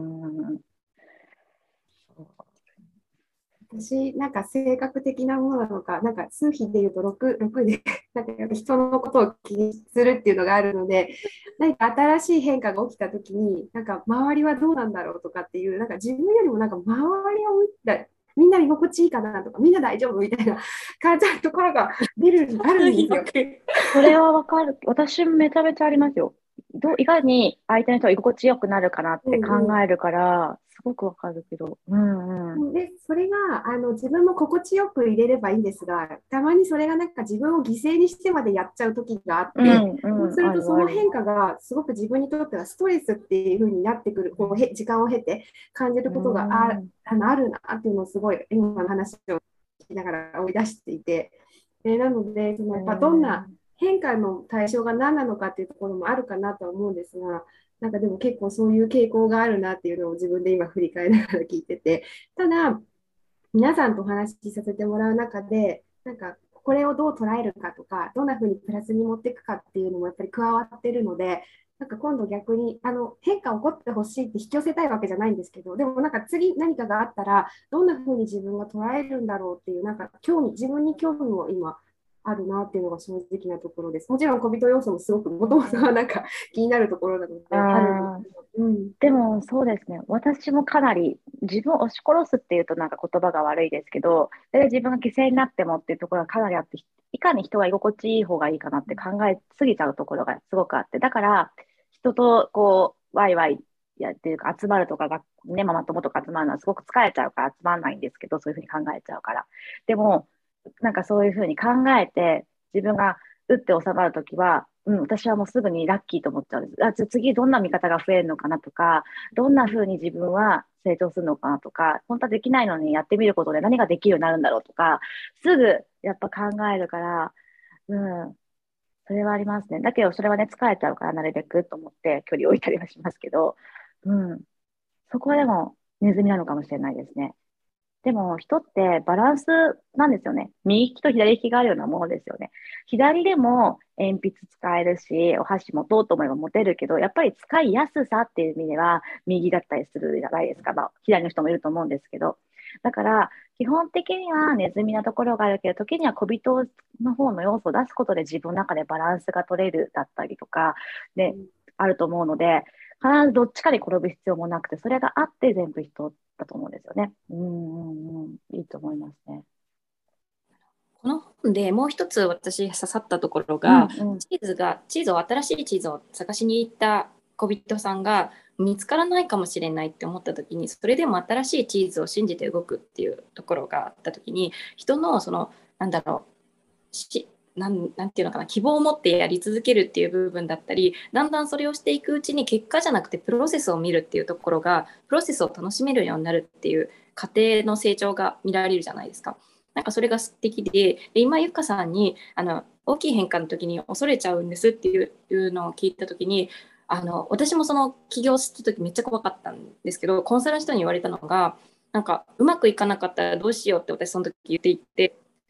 私、なんか性格的なものなのか、なんか数比で言うとろく、ろくで、なんか人のことを気にするっていうのがあるので、何か新しい変化が起きたときに、なんか周りはどうなんだろうとかっていう、なんか自分よりもなんか周りを見た、みんな居心地いいかなとか、みんな大丈夫みたいな感じのところが出る、あるんですよ。 それはわかる。私もめちゃめちゃありますよ。どういかに相手の人が居心地よくなるかなって考えるから、うんうん、すごくわかるけど。うんうん、 でそれがあの自分も心地よく入れればいいんですが、たまにそれがなんか自分を犠牲にしてまでやっちゃう時があって、うんうん、そうするとその変化がすごく自分にとってはストレスっていう風になってくる、こうへ時間を経て感じることがあ、うん、あのあるなっていうのをすごい今の話を聞きながら思い出していて、でなのでそのやっぱどんな変化の対象が何なのかっていうところもあるかなとは思うんですが、なんかでも結構そういう傾向があるなっていうのを自分で今振り返りながら聞いてて、ただ皆さんとお話しさせてもらう中で、なんかこれをどう捉えるかとか、どんなふうにプラスに持っていくかっていうのもやっぱり加わってるので、なんか今度逆にあの変化起こってほしいって引き寄せたいわけじゃないんですけど、でもなんか次何かがあったらどんなふうに自分が捉えるんだろうっていう、なんか興味、自分に興味を今あるなっていうのが正直なところです。もちろん小人要素もすごくもともとはなんか気になるところなのであるんですけど、 うん、でもそうですね、私もかなり自分を押し殺すっていうとなんか言葉が悪いですけど、で自分が犠牲になってもっていうところがかなりあって、いかに人が居心地いい方がいいかなって考えすぎちゃうところがすごくあって、だから人とこうワイワイやっていうか集まるとかがね、ママ友とか集まるのはすごく疲れちゃうから集まらないんですけど、そういうふうに考えちゃうから。でもなんかそういうふうに考えて、自分が打って収まるときは、うん、私はもうすぐにラッキーと思っちゃうんです。あ、次どんな見方が増えるのかなとか、どんなふうに自分は成長するのかなとか、本当はできないのにやってみることで何ができるようになるんだろうとか、すぐやっぱ考えるから、うん、それはありますね。だけどそれはね、疲れちゃうからなるべくと思って距離を置いたりはしますけど、うん、そこはでもネズミなのかもしれないですね。でも人ってバランスなんですよね。右利きと左利きがあるようなものですよね。左でも鉛筆使えるし、お箸持とうと思えば持てるけど、やっぱり使いやすさっていう意味では右だったりするじゃないですか。まあ、左の人もいると思うんですけど。だから、基本的にはネズミなところがあるけど、時には小人の方の要素を出すことで自分の中でバランスが取れるだったりとか、で、うん、あると思うので、必ずどっちかに転ぶ必要もなくて、それがあって全部人だと思うんですよね。うんうんうん、いいと思いますね。 この本でもう一つ私刺さったところが、うんうん、チーズがチーズを新しいチーズを探しに行った小人さんが見つからないかもしれないって思った時に、それでも新しいチーズを信じて動くっていうところがあった時に、人のそのなんだろうしなん、なんていうのかな、希望を持ってやり続けるっていう部分だったり、だんだんそれをしていくうちに結果じゃなくてプロセスを見るっていうところが、プロセスを楽しめるようになるっていう過程の成長が見られるじゃないですか。なんかそれが素敵 で, で今ゆかさんにあの大きい変化の時に恐れちゃうんですっていうのを聞いた時に、あの私もその起業した時めっちゃ怖かったんですけど、コンサルの人に言われたのが、なんかうまくいかなかったらどうしようって私その時言っていて、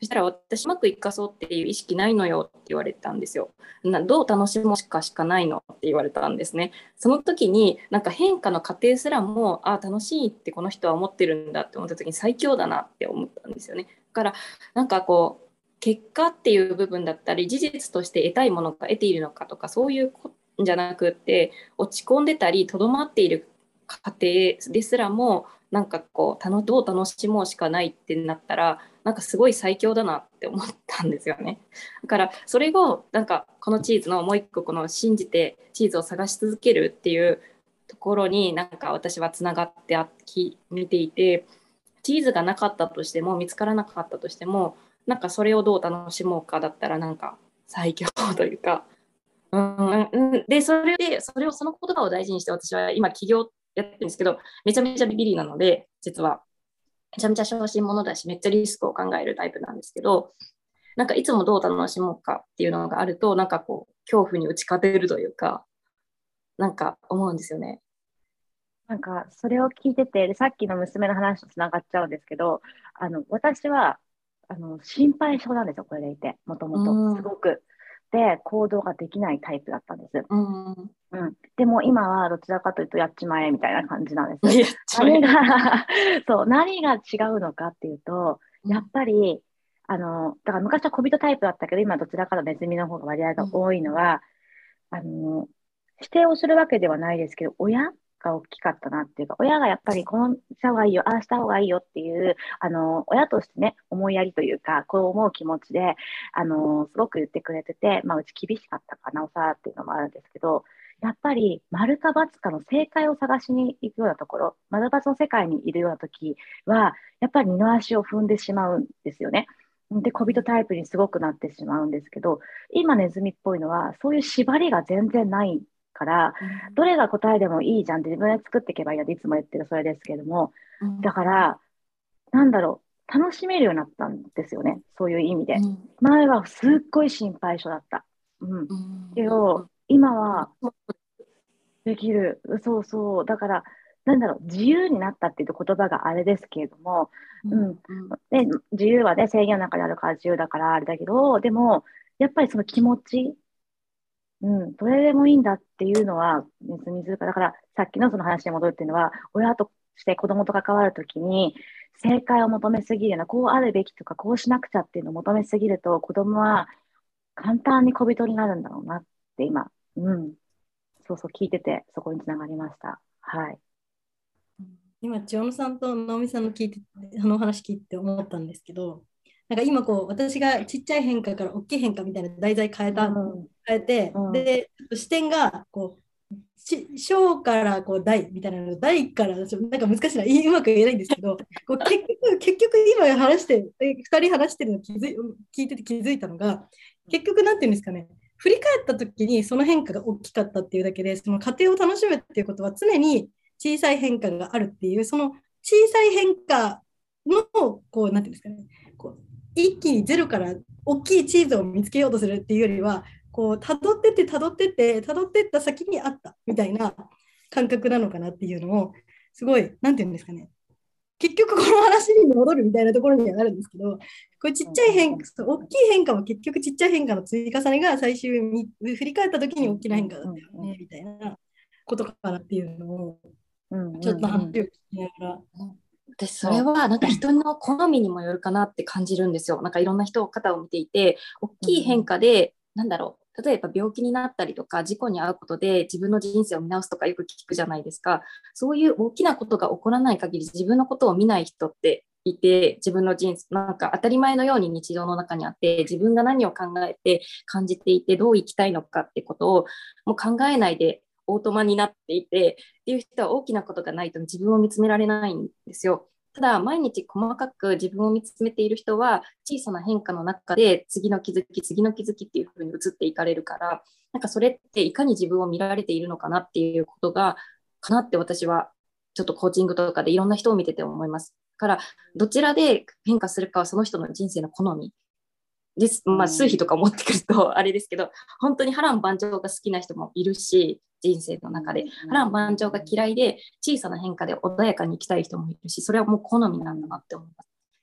そしたら私うまく生かそうっていう意識ないのよって言われたんですよ。などう楽しもうしかしかないのって言われたんですね。その時になんか変化の過程すらもあ楽しいってこの人は思ってるんだって思った時に最強だなって思ったんですよね。だからなんかこう結果っていう部分だったり事実として得たいものが得ているのかとかそういうことじゃなくって落ち込んでたりとどまっている過程ですらもなんかこうどう楽しもうしかないってなったらなんかすごい最強だなって思ったんですよね。だからそれをなんかこのチーズのもう一個この信じてチーズを探し続けるっていうところになんか私はつながって見ていてチーズがなかったとしても見つからなかったとしてもなんかそれをどう楽しもうかだったらなんか最強というか、うんうん、でそれでそれをその言葉を大事にして私は今起業やってるんですけどめちゃめちゃビビリなので実はめちゃめちゃ小心者だしめっちゃリスクを考えるタイプなんですけどなんかいつもどう楽しもうかっていうのがあるとなんかこう恐怖に打ち勝てるというかなんか思うんですよね。 なんかそれを聞いててさっきの娘の話とつながっちゃうんですけどあの私はあの心配性なんですよこれでいてもともとすごく。で行動ができないタイプだったんです。 うんうん、でも今はどちらかというとやっちまえみたいな感じなんです。何がそう何が違うのかっていうとやっぱりあのだから昔は小人タイプだったけど今どちらかとネズミの方が割合が多いのは、うん、あの否定をするわけではないですけど親が大きかったなっていうか親がやっぱりこうした方がいいよああした方がいいよっていうあの親としてね思いやりというかこう思う気持ちであのすごく言ってくれてて、まあ、うち厳しかったかなおさらっていうのもあるんですけどやっぱり丸か×かの正解を探しに行くようなところ丸×の世界にいるような時はやっぱり二の足を踏んでしまうんですよね。で小人タイプにすごくなってしまうんですけど今ネズミっぽいのはそういう縛りが全然ないから、どれが答えでもいいじゃんって自分で作っていけばいいやっていつも言ってるそれですけれども、うん、だからなんだろう楽しめるようになったんですよねそういう意味で、うん、前はすっごい心配性だった、うんうん、けど今はできるそうそうだからなんだろう自由になったっていう言葉があれですけれども、うんうん、で自由はね制限の中にあるから自由だからあれだけどでもやっぱりその気持ちうん、どれでもいいんだっていうのは、みずみずか、だからさっきのその話に戻るっていうのは、親として子供と関わるときに、正解を求めすぎるような、こうあるべきとか、こうしなくちゃっていうのを求めすぎると、子供は簡単に小人になるんだろうなって今、うん、そうそう聞いてて、そこにつながりました。はい。 今、千代野さんと直美さんの聞いて、あの話聞いて思ったんですけど、なんか今こう私がちっちゃい変化から大きい変化みたいな題材変えた、うん、変えて、うん、で視点がこう小からこう大みたいなの大からなんか難しいなうまく言えないんですけどこう結局結局今話してふたり話してるの気づい聞いてて気づいたのが結局なんていうんですかね振り返った時にその変化が大きかったっていうだけでその過程を楽しむっていうことは常に小さい変化があるっていうその小さい変化のこうなんていうんですかねこう一気にゼロから大きいチーズを見つけようとするっていうよりはこう辿ってって辿ってって辿ってった先にあったみたいな感覚なのかなっていうのをすごいなんていうんですかね結局この話に戻るみたいなところにはなるんですけどこれちっちゃい変化大きい変化は結局ちっちゃい変化の積み重ねが最終に振り返った時に大きな変化だったよねみたいなことかなっていうのをちょっと話を聞きながら。 でそれはなんか人の好みにもよるかなって感じるんですよ。なんかいろんな人方を見ていて大きい変化で、うん、なんだろう例えば病気になったりとか事故に遭うことで自分の人生を見直すとかよく聞くじゃないですか。そういう大きなことが起こらない限り自分のことを見ない人っていて自分の人生なんか当たり前のように日常の中にあって自分が何を考えて感じていてどう生きたいのかってことをもう考えないでオートマになっていてっていう人は大きなことがないと自分を見つめられないんですよ。ただ毎日細かく自分を見つめている人は小さな変化の中で次の気づき次の気づきっていう風に移っていかれるからなんかそれっていかに自分を見られているのかなっていうことがかなって私はちょっとコーチングとかでいろんな人を見てて思います。だからどちらで変化するかはその人の人生の好みです。まあ数比とか持ってくるとあれですけど本当に波乱万丈が好きな人もいるし人生の中で波乱万丈が嫌いで小さな変化で穏やかに生きたい人もいるしそれはもう好みなんだなって思います。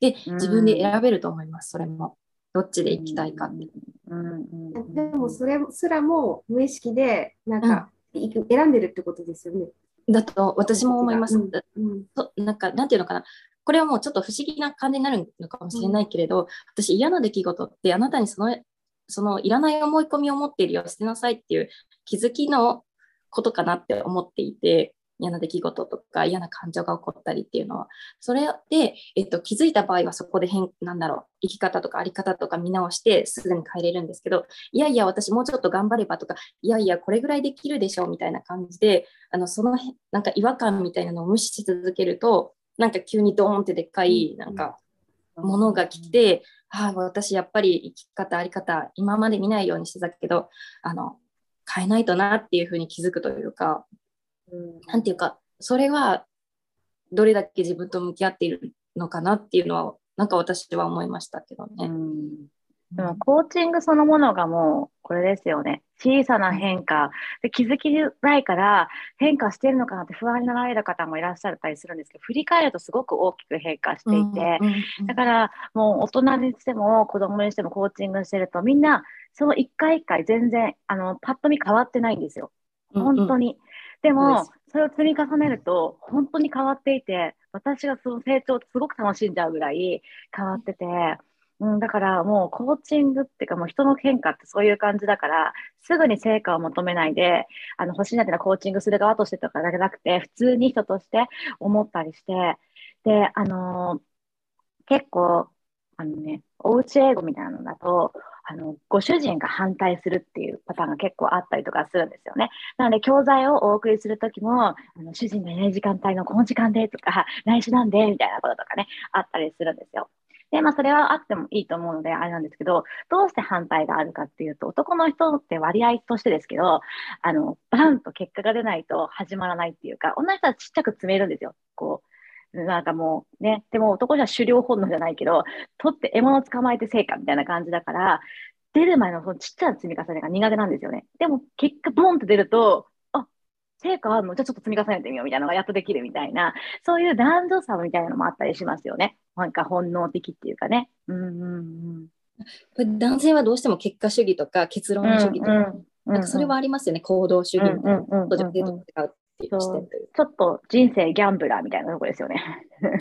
で、自分で選べると思います、それも。どっちで行きたいかって。 でもそれすらも無意識でなんか、うん、選んでるってことですよね。 だと私も思います。うんうん、なんかなんていうのかな、これはもうちょっと不思議な感じになるのかもしれないけれど、うん、私嫌な出来事ってあなたにそのそのいらない思い込みを持っているよ、捨てなさいっていう気づきのことかなって思っていて、嫌な出来事とか嫌な感情が起こったりっていうのは、それで、えっと、気づいた場合はそこで変なんだろう生き方とかあり方とか見直してすぐに変えれるんですけど、いやいや私もうちょっと頑張ればとか、いやいやこれぐらいできるでしょうみたいな感じで、あのそのなんか違和感みたいなのを無視し続けると、なんか急にドーンってでっかいなんかものが来て、ああ私やっぱり生き方あり方今まで見ないようにしてたけど、あの変えないとなっていうふうに気づくというか、うん、なんていうか、それはどれだけ自分と向き合っているのかなっていうのはなんか私は思いましたけどね。うん、 でもコーチングそのものがもうこれですよね。小さな変化で気づきづらいから変化してるのかなって不安になられる方もいらっしゃったりするんですけど、振り返るとすごく大きく変化していて、うんうんうん、だからもう大人にしても子供にしてもコーチングしてるとみんなその一回一回全然あのパッと見変わってないんですよ。本当に。うんうん、でもそれを積み重ねると本当に変わっていて、私がその成長をすごく楽しんじゃうぐらい変わってて、うん、だからもうコーチングっていうかもう人の変化ってそういう感じだから、すぐに成果を求めないで、あの欲しいなっていうのはコーチングする側としてとかだけじゃなくて、普通に人として思ったりして、で、あのー、結構、あのね、おうち英語みたいなのだと、あの、ご主人が反対するっていうパターンが結構あったりとかするんですよね。なので、教材をお送りするときも、あの主人がいない時間帯のこの時間でとか、来週なんでみたいなこととかね、あったりするんですよ。で、まあ、それはあってもいいと思うので、あれなんですけど、どうして反対があるかっていうと、男の人って割合としてですけど、あの、バンと結果が出ないと始まらないっていうか、女の人はちっちゃく詰めるんですよ。こう、なんかもうね、でも男には狩猟本能じゃないけど、取って獲物捕まえて成果みたいな感じだから、出る前のそのちっちゃな積み重ねが苦手なんですよね。でも結果ボンと出ると、あ、成果あるのじゃあちょっと積み重ねてみようみたいなのがやっとできるみたいな、そういう男女差みたいなのもあったりしますよね。なんか本能的っていうかね。うんうんうん、男性はどうしても結果主義とか結論主義とか、うんうん、なんかそれはありますよね、行動主義みたいな。女性と違うっていう視点という。 ちょっと人生ギャンブラーみたいなところですよね。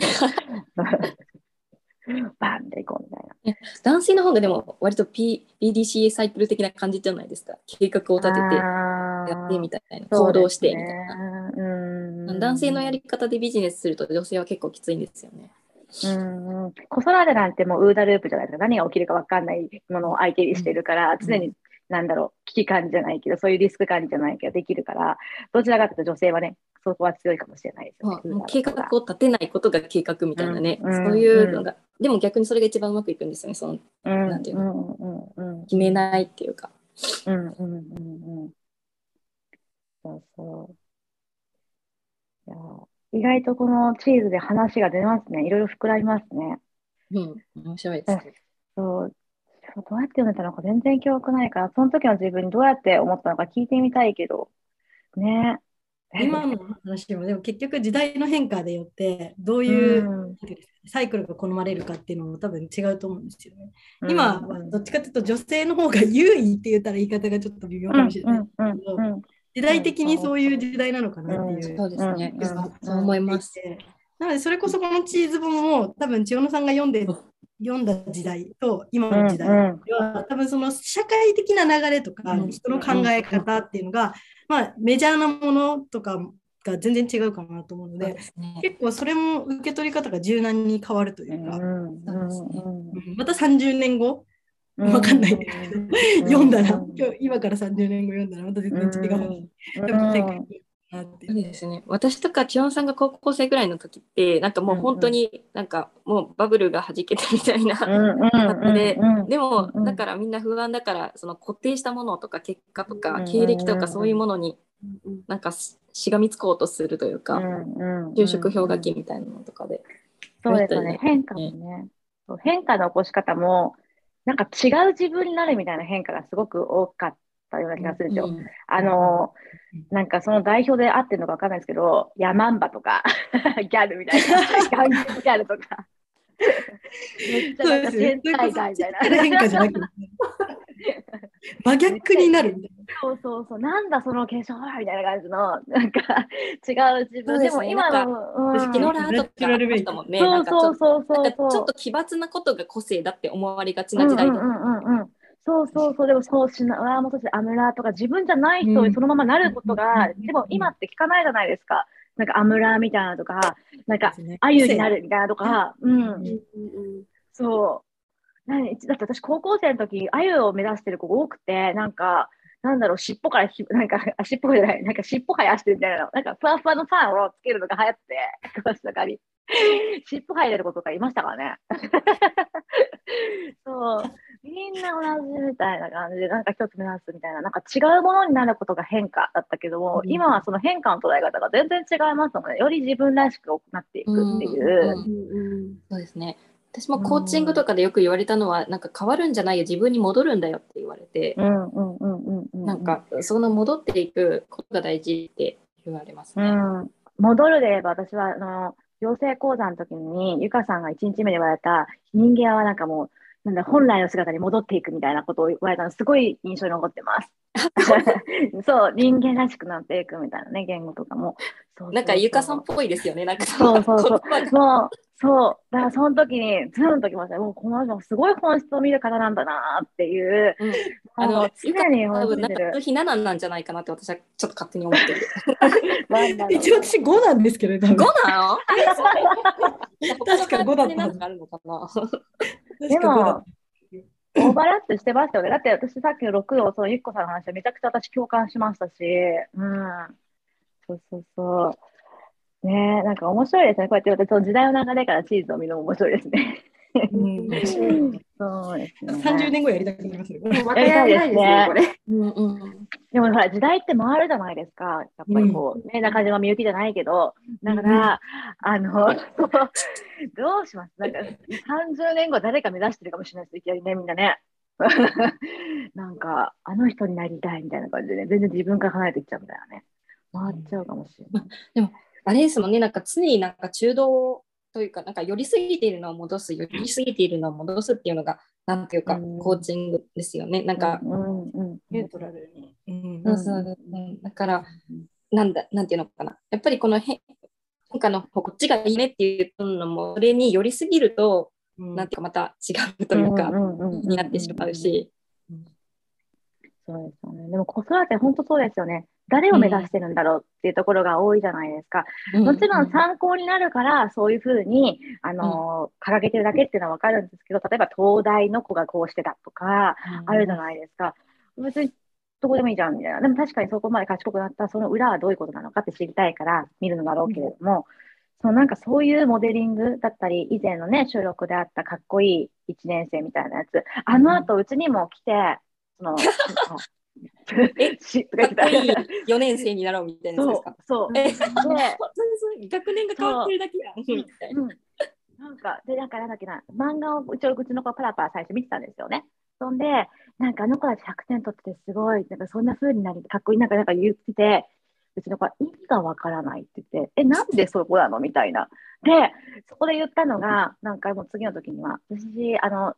バンでいこうみたいな。 男性の方がでも割と P、ピーディーシーエー サイクル的な感じじゃないですか。計画を立ててやってみたいな、行動してみたいな。うん、男性のやり方でビジネスすると女性は結構きついんですよね。 うん、子育てなんてもうウーダループじゃないですか。何が起きるか分かんないものを相手にしてるから、うん、常になんだろう、危機管理じゃないけど、そういうリスク管理じゃないけどできるから、どちらかというと女性はね、そこは強いかもしれないですよね。 もう計画を立てないことが計画みたいなね、うん、そういうのが、うん、でも逆にそれが一番うまくいくんですよね。その、うん、なんていうの、うんうんうん、決めないっていうか。うんうんうんうん。 そうそう。いや意外とこのチーズで話が出ますね。いろいろ膨らみますね。 うん、面白いですね。 そう。どうやって読んでたのか全然記憶ないから、その時の自分にどうやって思ったのか聞いてみたいけど、ね。 今の話もでも結局時代の変化でよってどういう、うん、サイクルが好まれるかっていうのも多分違うと思うんですよね。うん、今はどっちかというと女性の方が優位って言ったら言い方がちょっと微妙かもしれないけど、うんうんうん、時代的にそういう時代なのかなっていう、 そうですね、そう思います。 なのでそれこそこのチーズ本も多分千代野さんが読んで読んだ時代と今の時代は、うんうん、多分その社会的な流れとか人の考え方っていうのが、まあ、メジャーなものとかが全然違うかなと思うので、ね、結構それも受け取り方が柔軟に変わるというか、うんうん、またさんじゅうねんごわかんないですけど、うん、読んだら今日今からさんじゅうねんご読んだらまた全然違う、うん、でも世界そうですね、私とか千代さんが高校生ぐらいの時ってなんかもう本当になんかもうバブルがはじけたみたいな感じで、でもだからみんな不安だからその固定したものとか結果とか経歴とかそういうものになんかしがみつこうとするというか、就職氷河期みたいなのとかで、 そうですね、変化もね、変化の起こし方もなんか違う自分になるみたいな変化がすごく多かったような気がするんですよ。うん、あの、なんかその代表で合ってるのか分かんないですけど、ヤマンバとかギャルみたいな、ガンギャルとか。 めっちゃなんか天体外みたいな。 変化じゃなくて真逆になるみたいな。 そうそうそう、なんだその化粧みたいな感じの、なんか違う自分。でも今の、 スキノラーとかありましたもんね。 そうそうそうそう。 ちょっと奇抜なことが個性だって思われがちな時代で。 そうそうそう、でもそうしな、わもとしてアムラーとか自分じゃない人にそのままなることが、うん、でも今って聞かないじゃないですか。なんかアムラーみたいなとか、なんかアユになるみたいなとか、うん。うん、そう。何だって私高校生の時アユを目指してる子が多くて、なんかなんだろう、尻尾からなんか尻尾じゃないなんか尻尾生やしてるみたいなの、なんかふわふわのファンをつけるのが流行って腰とかに尻尾生えてる子とかいましたからね。そうみんな同じみたいな感じでなんか一つ目指すみたいな、なんか違うものになることが変化だったけども、うん、今はその変化の捉え方が全然違いますので、より自分らしくなっていくっていう。 そうですね。私もコーチングとかでよく言われたのは、うん、なんか変わるんじゃないよ、自分に戻るんだよって言われて、なんかその戻っていくことが大事って言われますね。うん、 戻るで言えば私はあの養成講座の時にゆかさんがいちにちめで言われた人間はなんかもうなんだ本来の姿に戻っていくみたいなことを言われたのすごい印象に残ってます。そう人間らしくなっていくみたいなね、言語とかもそうそうそう、なんかゆかさんっぽいですよね。なんかそうそうそうもうそうだからその時にズンときました。もうこの人すごい本質を見る方なんだなっていう、うん、 あの常に多分中津ひななんなんじゃないかなって私はちょっと勝手に思ってる。 一応私ごなんですけれども。 ごなの？ 確かごだったはず。 あるのかな。 でもオーバーラップしてましたよね。だって私さっきのろくをそのゆっこさんの話はめちゃくちゃ私共感しましたし、うん、そうそうそう。ね、なんか面白いですね。こうやって私の時代の流れからチーズを見るのも面白いですね。うん、そうですね。 さんじゅうねんごやりたくなりますね。 やりたいですね。これ。うんうん。でもほら時代って回るじゃないですか。やっぱりこう、うん、ね中島みゆきじゃないけど、だから、うん、あのどうします？なんかさんじゅうねんご誰か目指してるかもしれないです。いきなりねみんなね。なんかあの人になりたいみたいな感じでね、全然自分から離れていっちゃうみたいなね。回っちゃうかもしれない。 でもあれですもんね、なんか常になんか中道というか、なんか寄りすぎているのを戻す、寄りすぎているのを戻すっていうのが、なんていうか、うん、コーチングですよね。なんか、 うんうん、ニュートラルに。 そうそう、うん、だから、なんだ、なんていうのかな。やっぱりこの変化のこっちがいいねっていうのも、それに寄りすぎると、うん、なんていうか、また違うというか、になってしまうし。 そうですよね。でも子育て本当そうですよね。誰を目指してるんだろうっていうところが多いじゃないですか。うん、もちろん参考になるからそういうふうに、あのー、掲げてるだけっていうのは分かるんですけど、例えば東大の子がこうしてたとかあるじゃないですか。別にどこでもいいじゃんみたいな。でも確かにそこまで賢くなったその裏はどういうことなのかって知りたいから見るのだろうけれども、そのなんかそういうモデリングだったり、以前のね、収録であったかっこいいいちねん生みたいなやつ、あの後うちにも来て、そのえしかっこいいよねん生になろうみたいなやつですか？ そうそう。 えで学年が変わってるだけやんみたいな。 なんかでなんかなんだっけな、漫画をうちのうちの子パラパラ最初見てたんですよね。そんでなんかあの子たちひゃくてん取っててすごいなんかそんな風になりかっこいいなんかなんか言ってて、うちの子は意味がわからないって言ってえなんでそこなのみたいな。でそこで言ったのがなんかもう次の時には私あの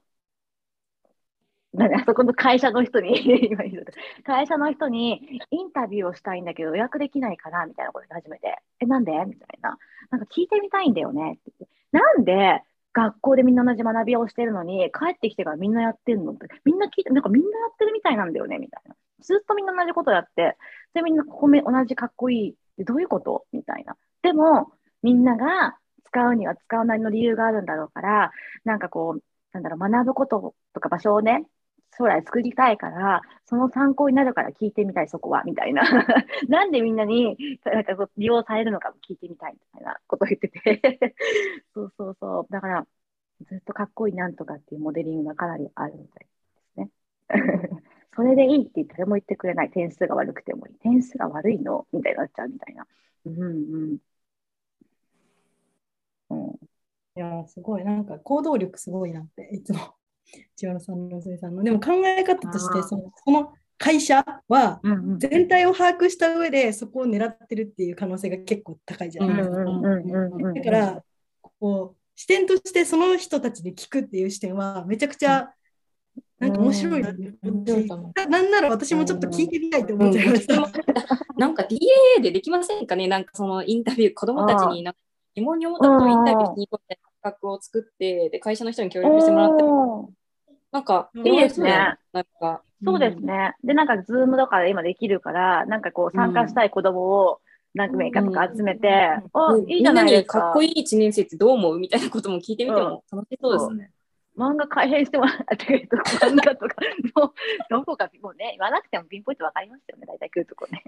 あそこの会社の人に会社の人にインタビューをしたいんだけど予約できないかなみたいなことで始めてえなんでみたいななんか聞いてみたいんだよねって言ってなんで学校でみんな同じ学びをしてるのに帰ってきてからみんなやってんのってみんな聞いてなんかみんなやってるみたいなんだよねみたいなずっとみんな同じことやってでみんなここ同じかっこいいでどういうことみたいなでもみんなが使うには使うなりの理由があるんだろうからなんかこうなんだろう学ぶこととか場所をね将来作りたいから、その参考になるから聞いてみたい、そこは、みたいな。なんでみんなになんか利用されるのかも聞いてみたい、みたいなことを言ってて。そうそうそう。だから、ずっとかっこいいなんとかっていうモデリングがかなりあるみたいですね。それでいいって誰も言ってくれない。点数が悪くてもいい。点数が悪いのみたいになっちゃうみたいな。うんうん。 うん、いや、すごい。なんか行動力すごいなって、いつも。千原さんの娘さんのでも考え方としてその、その会社は全体を把握した上でそこを狙ってるっていう可能性が結構高いじゃないですか。だからこう視点としてその人たちで聞くっていう視点はめちゃくちゃなんか面白いなって、うん、なんなら私もちょっと聞いてみたいと思っちゃいました、うん、 なんか ディーエーエー でできませんかね、なんかそのインタビュー、子どもたちになんか疑問に思ったことをインタビューしに行こうみたいな企画を作って、で会社の人に協力してもらってなんかいいですね。 なんかそうですね。で、なんか、ズームとかで今できるから、なんかこう、参加したい子供を何名かとか集めて、 うん、 あ、いいじゃないですか。 みんなにかっこいいいちねん生ってどう思うみたいなことも聞いてみても楽しそうですね。 漫画改編してもらってとか、漫画とか、もう、どこか、もうね、言わなくてもピンポイント分かりますよね、大体来るとこね。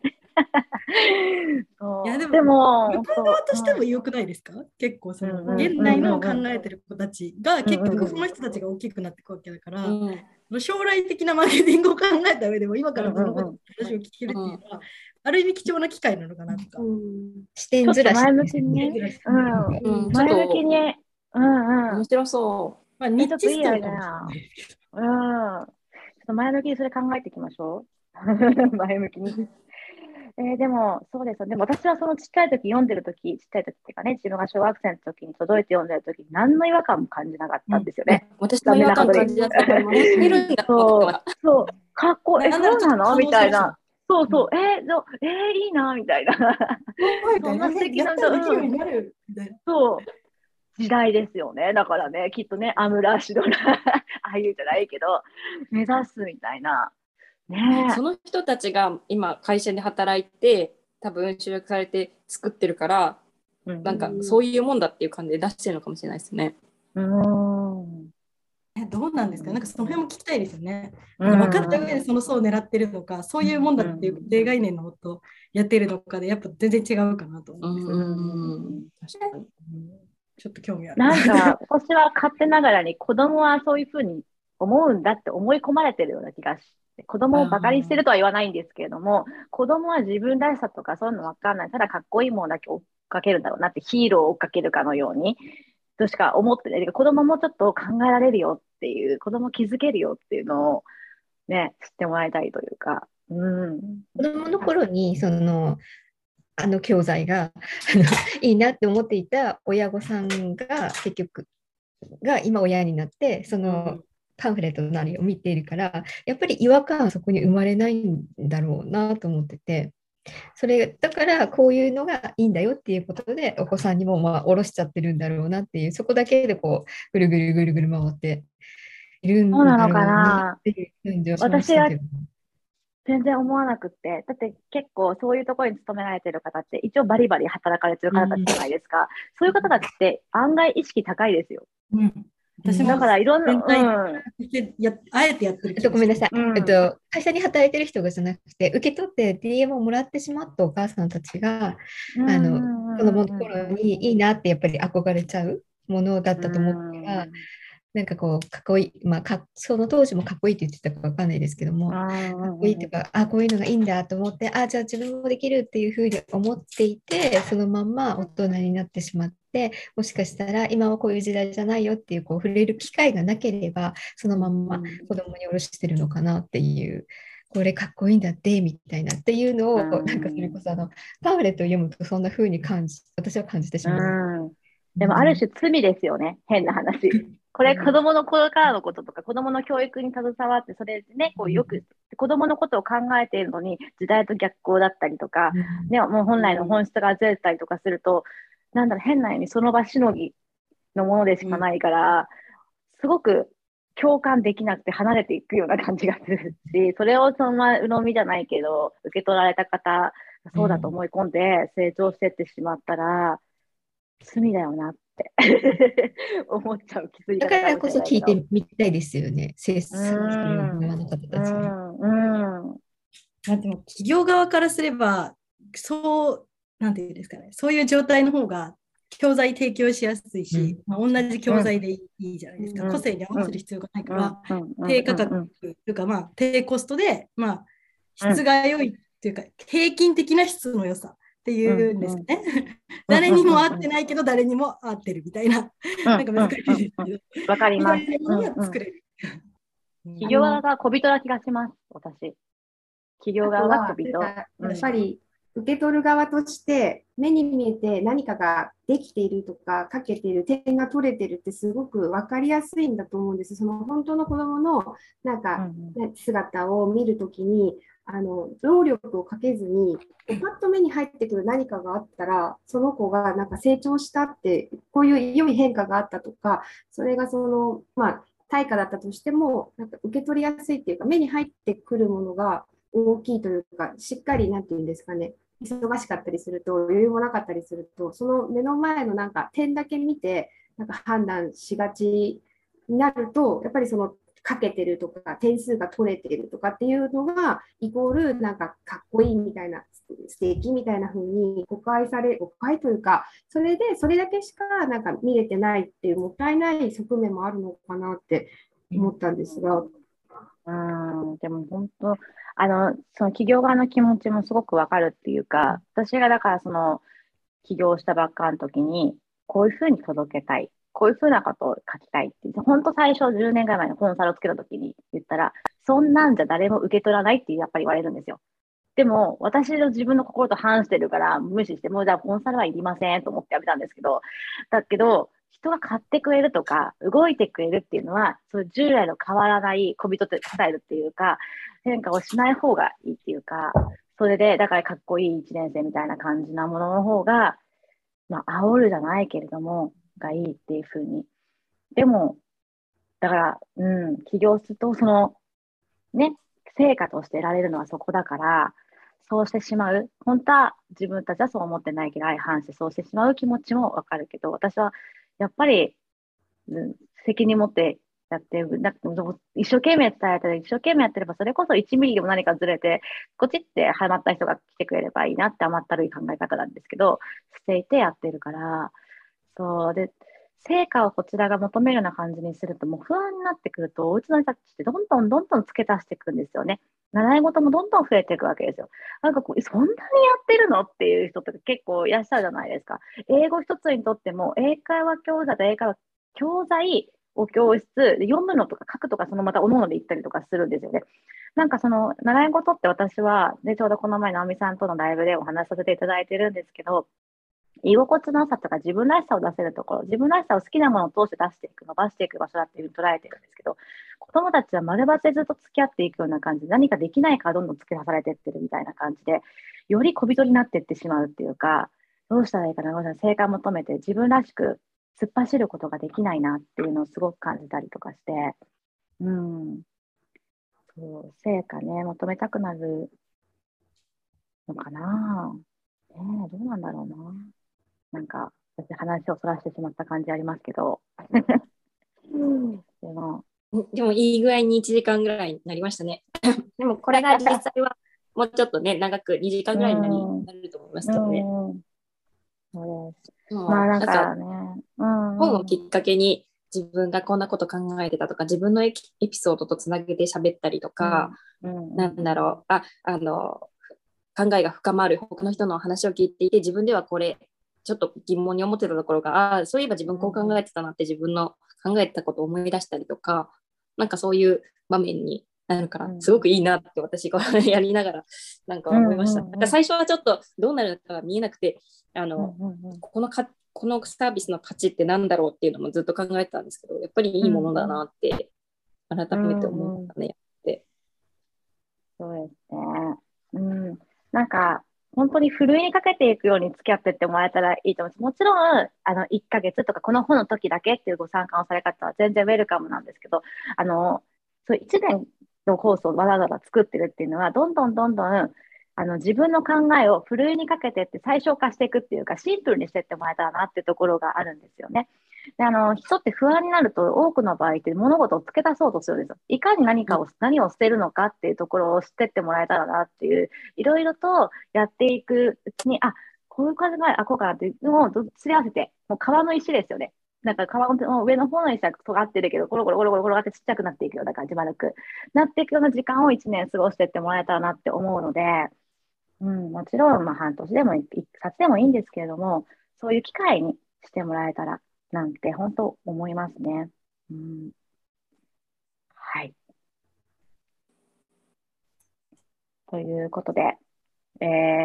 いやでも、 でも向こう側としても良くないですか、うん、結構その、うん、現代の考えてる子たちが、うん、結局その人たちが大きくなっていくわけだから、うんうん、将来的なマーケティングを考えた上でも今からその子たちの話を聞けるっていうのは、うんうん、ある意味貴重な機会なのかなとか、うん、 視点ずらし、 前向きにね、うん、前向きに、うんうん、 面白そう。 まあ、ニッチストーかもしれないですけど、うん、ちょっと前向きにそれ考えていきましょう。前向きに。えー、でも、そうですよ。でも私はそのちっちゃい時読んでる時、ちっちゃい時っていうかね、自分が小学生の時に届いて読んでる時に何の違和感も感じなかったんですよね。 うん、私も違和感感じなかった。 そう、そう、かっこいい、え、そうなのみたいな。そうそう、えー、そうえー、いいな、みたいな。そんな素敵な、うん、そう。時代ですよね。だからね、きっとね、アムラーシドラ、ああいうじゃないけど、目指すみたいな。ね、 その人たちが今会社で働いて多分集約されて作ってるから、うん、なんかそういうもんだっていう感じで出してるのかもしれないですね。 うーん、 えどうなんですか、なんかその辺も聞きたいですよね。なんか分かった上でその層を狙ってるのか、そういうもんだっていう固定概念のもとやってるのかでやっぱ全然違うかなと思うんですけど、うん、確かにちょっと興味ある。 なんか私は勝手ながらに子供はそういうふうに思うんだって思い込まれてるような気がして、子供をバカにしてるとは言わないんですけれども、子供は自分らしさとかそういうの分かんない、ただかっこいいものだけ追っかけるんだろうなって、ヒーローを追っかけるかのようにとしか思ってない。子供もちょっと考えられるよっていう、子供気づけるよっていうのをね、知ってもらいたいというか、うん、 子供の頃にそのあの教材がいいなって思っていた親御さんが結局が今親になってそのパンフレットなりを見ているからやっぱり違和感はそこに生まれないんだろうなと思ってて、それだからこういうのがいいんだよっていうことでお子さんにもまあ下ろしちゃってるんだろうなっていう、そこだけでこうぐるぐるぐるぐる回っているんだろうなっていう感じはしましたけど。 全然思わなくって、だって結構そういうところに勤められてる方って一応バリバリ働かれてる方たちじゃないですか、うん、そういう方たちって案外意識高いですよ、うん、私もだからいろんな、うん、 あえてやってる、 えっと、ごめんなさい、うん、えっと、会社に働いてる人がじゃなくて受け取って ディーエム をもらってしまったお母さんたちが、うん、あの子供の頃にいいなってやっぱり憧れちゃうものだったと思うから、うん、なんかこうかっこいい、まあ、かその当時もかっこいいって言ってたかわかんないですけども、かっこいいっていうか、あこういうのがいいんだと思って、あじゃあ自分もできるっていうふうに思っていて、そのまんま大人になってしまって、もしかしたら今はこういう時代じゃないよっていう、こう触れる機会がなければそのまんま子供に下ろしてるのかなっていう、これかっこいいんだってみたいなっていうのを、なんかそれこそあのパンフレットを読むとそんなふうに感じ私は感じてしまう。 でもある種罪ですよね、変な話。これ子供の頃からのこととか、子供の教育に携わって、それでね、こうよく子供のことを考えているのに、時代と逆行だったりとか、ね、もう本来の本質がずれたりとかすると、なんだろう、変なようにその場しのぎのものでしかないから、すごく共感できなくて離れていくような感じがするし、それをそのまま鵜呑みじゃないけど、受け取られた方、そうだと思い込んで成長していってしまったら、罪だよなって思っちゃう気づいだからこそ聞いてみたいですよね、制作する側の方たちに。 うんうん、でも企業側からすればそうなんていうんですかね、そういう状態の方が教材提供しやすいし、うんまあ、同じ教材でいいじゃないですか、うん、個性に合わせる必要がないから、うん、低価格というか、まあ、低コストで、まあ、質が良いっていうか、平均的な質の良さっていうんですね、うんうん、誰にも合ってないけど誰にも合ってるみたいな、うん、なんか難しいですけど、 わかります。 作れる。 企業側が小人な気がします、私。企業側が小人。 やっぱり受け取る側として目に見えて何かができているとか書けている点が取れてるってすごく分かりやすいんだと思うんです。その本当の子どものなんか、ね、姿を見るときにあの労力をかけずにパッと目に入ってくる何かがあったらその子がなんか成長したってこういう良い変化があったとかそれがそのまあ対価だったとしてもなんか受け取りやすいっていうか目に入ってくるものが大きいというかしっかりなんていうんですかね忙しかったりすると余裕もなかったりするとその目の前のなんか点だけ見てなんか判断しがちになるとやっぱりそのかけてるとか点数が取れてるとかっていうのがイコールなんかかっこいいみたいな素敵みたいな風に誤解され誤解というかそれでそれだけしかなんか見れてないっていうもったいない側面もあるのかなって思ったんですが。 うん、でも本当、あの、その企業側の気持ちもすごくわかるっていうか、私がだからその起業したばっかの時に、こういうふうに届けたい、こういうふうなことを書きたいって、本当最初じゅうねんぐらい前にコンサルをつけた時に言ったら、そんなんじゃ誰も受け取らないってやっぱり言われるんですよ。でも、私の自分の心と反してるから、無視して、もうじゃあコンサルはいりませんと思ってやめたんですけど、だけど、人が買ってくれるとか、動いてくれるっていうのは、そういう従来の変わらない小人スタイルっていうか、変化をしない方がいいっていうか、それで、だからかっこいいいちねん生みたいな感じなものの方が、まあ、煽るじゃないけれども、がいいっていうふうに。でも、だから、うん、起業すると、その、ね、成果として得られるのはそこだから、そうしてしまう。本当は自分たちはそう思ってないけど、相反してそうしてしまう気持ちもわかるけど、私はやっぱり、うん、責任持ってやってる。なんか一生懸命伝えたら、一生懸命やってれば、それこそいちミリでも何かずれて、こっちってハマった人が来てくれればいいなって甘ったるい考え方なんですけど、していてやってるから、そうで、成果をこちらが求めるような感じにすると、もう不安になってくると、おうちの人たちってどんどんどんどん付け足していくんですよね。習い事もどんどん増えていくわけですよ。なんかこう、そんなにやってるのっていう人とか結構いらっしゃるじゃないですか。英語一つにとっても、英会話教材と英会話教材を教室で読むのとか書くとか、そのまたおのおので行ったりとかするんですよね。なんかその習い事って私は、ね、ちょうどこの前、直美さんとのライブでお話しさせていただいてるんですけど、居心地の良さとか自分らしさを出せるところ、自分らしさを好きなものを通して出していく、伸ばしていく場所だっていうふうに捉えてるんですけど、子供たちは丸バツでずっと付き合っていくような感じで、何かできないからどんどん突き出されていってるみたいな感じで、より小人になっていってしまうっていうか、どうしたらいいかな、成果を求めて自分らしく突っ走ることができないなっていうのをすごく感じたりとかして、うん、そう成果ね、求めたくなるのかな。ねえ、どうなんだろうな。なんか、私話をそらしてしまった感じありますけど。でも、 でもいい具合にいちじかんぐらいになりましたね。でもこれが実際はもうちょっとね、長くにじかんぐらいになりなると思いますけどね。 そうです。 でもまあなんかね、 本をきっかけに自分がこんなこと考えてたとか、自分のエピソードとつなげて喋ったりとか、うんうん、なんだろう、あ、あの、考えが深まる他の人の話を聞いていて、自分ではこれちょっと疑問に思ってたところが、あ、そういえば自分こう考えてたなって自分の考えてたことを思い出したりとか、なんかそういう場面になるからすごくいいなって私がやりながらなんか思いました。なんか最初はちょっとどうなるのかが見えなくて、あの、このかこのサービスの価値ってなんだろうっていうのもずっと考えてたんですけど、やっぱりいいものだなって改めて思ったね。って。 そうですね。うん。なんか本当にふるいにかけていくように付き合ってってもらえたらいいと思います。もちろん、あの、いっかげつとか、この本の時だけっていうご参加をされ方は全然ウェルカムなんですけど、あの、そういちねんのコースをわざわざ作ってるっていうのは、どんどんどんどん、あの、自分の考えをふるいにかけてって最小化していくっていうか、シンプルにしてってもらえたらなっていうところがあるんですよね。で、あの、人って不安になると多くの場合って物事を付け出そうとするんですよ。いかに何かを、何を捨てるのかっていうところを知ってってもらえたらなっていう、いろいろとやっていくうちに、あ、こういう考え、あ、こうかなっていうのをすり合わせて、もう川の石ですよね。なんか川の上の方の石は尖ってるけど、ゴロゴロゴロゴロ転がってちっちゃくなっていくような感じ、丸くなっていくような時間をいちねん過ごしてってもらえたらなって思うので、うん、もちろん、まあ、半年でもいっさつでもいいんですけれども、そういう機会にしてもらえたらなんて本当思いますね。うん、はい。ということで、えー、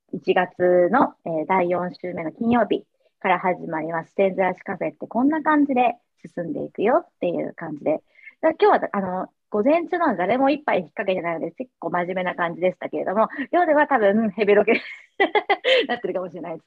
いちがつの、えー、だいよん週目の金曜日から始まりますステンズラシカフェってこんな感じで進んでいくよっていう感じで、だ今日はあの午前中の誰も一杯引っ掛けてないので結構真面目な感じでしたけれども、夜は多分ヘベロゲなってるかもしれないです、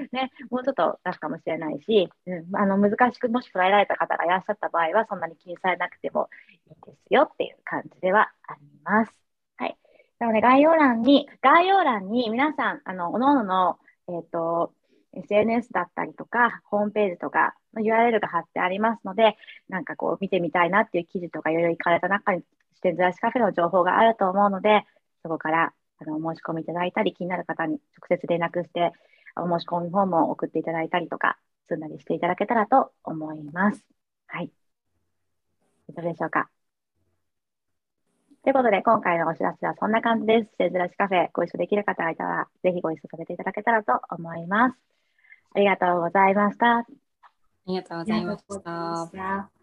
ね、もうちょっと出すかもしれないし、うん、あの難しくもし捉えられた方がいらっしゃった場合はそんなに気にされなくてもいいですよっていう感じではあります。はい。なので概要欄に、概要欄に皆さん、あの、おのおのの、えっと、エスエヌエス だったりとか、ホームページとかの ユーアールエル が貼ってありますので、なんかこう見てみたいなっていう記事とかいろいろ行かれた中に、ステンズラシカフェの情報があると思うので、そこからあのお申し込みいただいたり、気になる方に直接連絡して、お申し込みフォームを送っていただいたりとか、すんなりしていただけたらと思います。はい。どうでしょうか。ということで、今回のお知らせはそんな感じです。ステンズラシカフェ、ご一緒できる方がいたら、ぜひご一緒させていただけたらと思います。ありがとうございました。 ありがとうございました。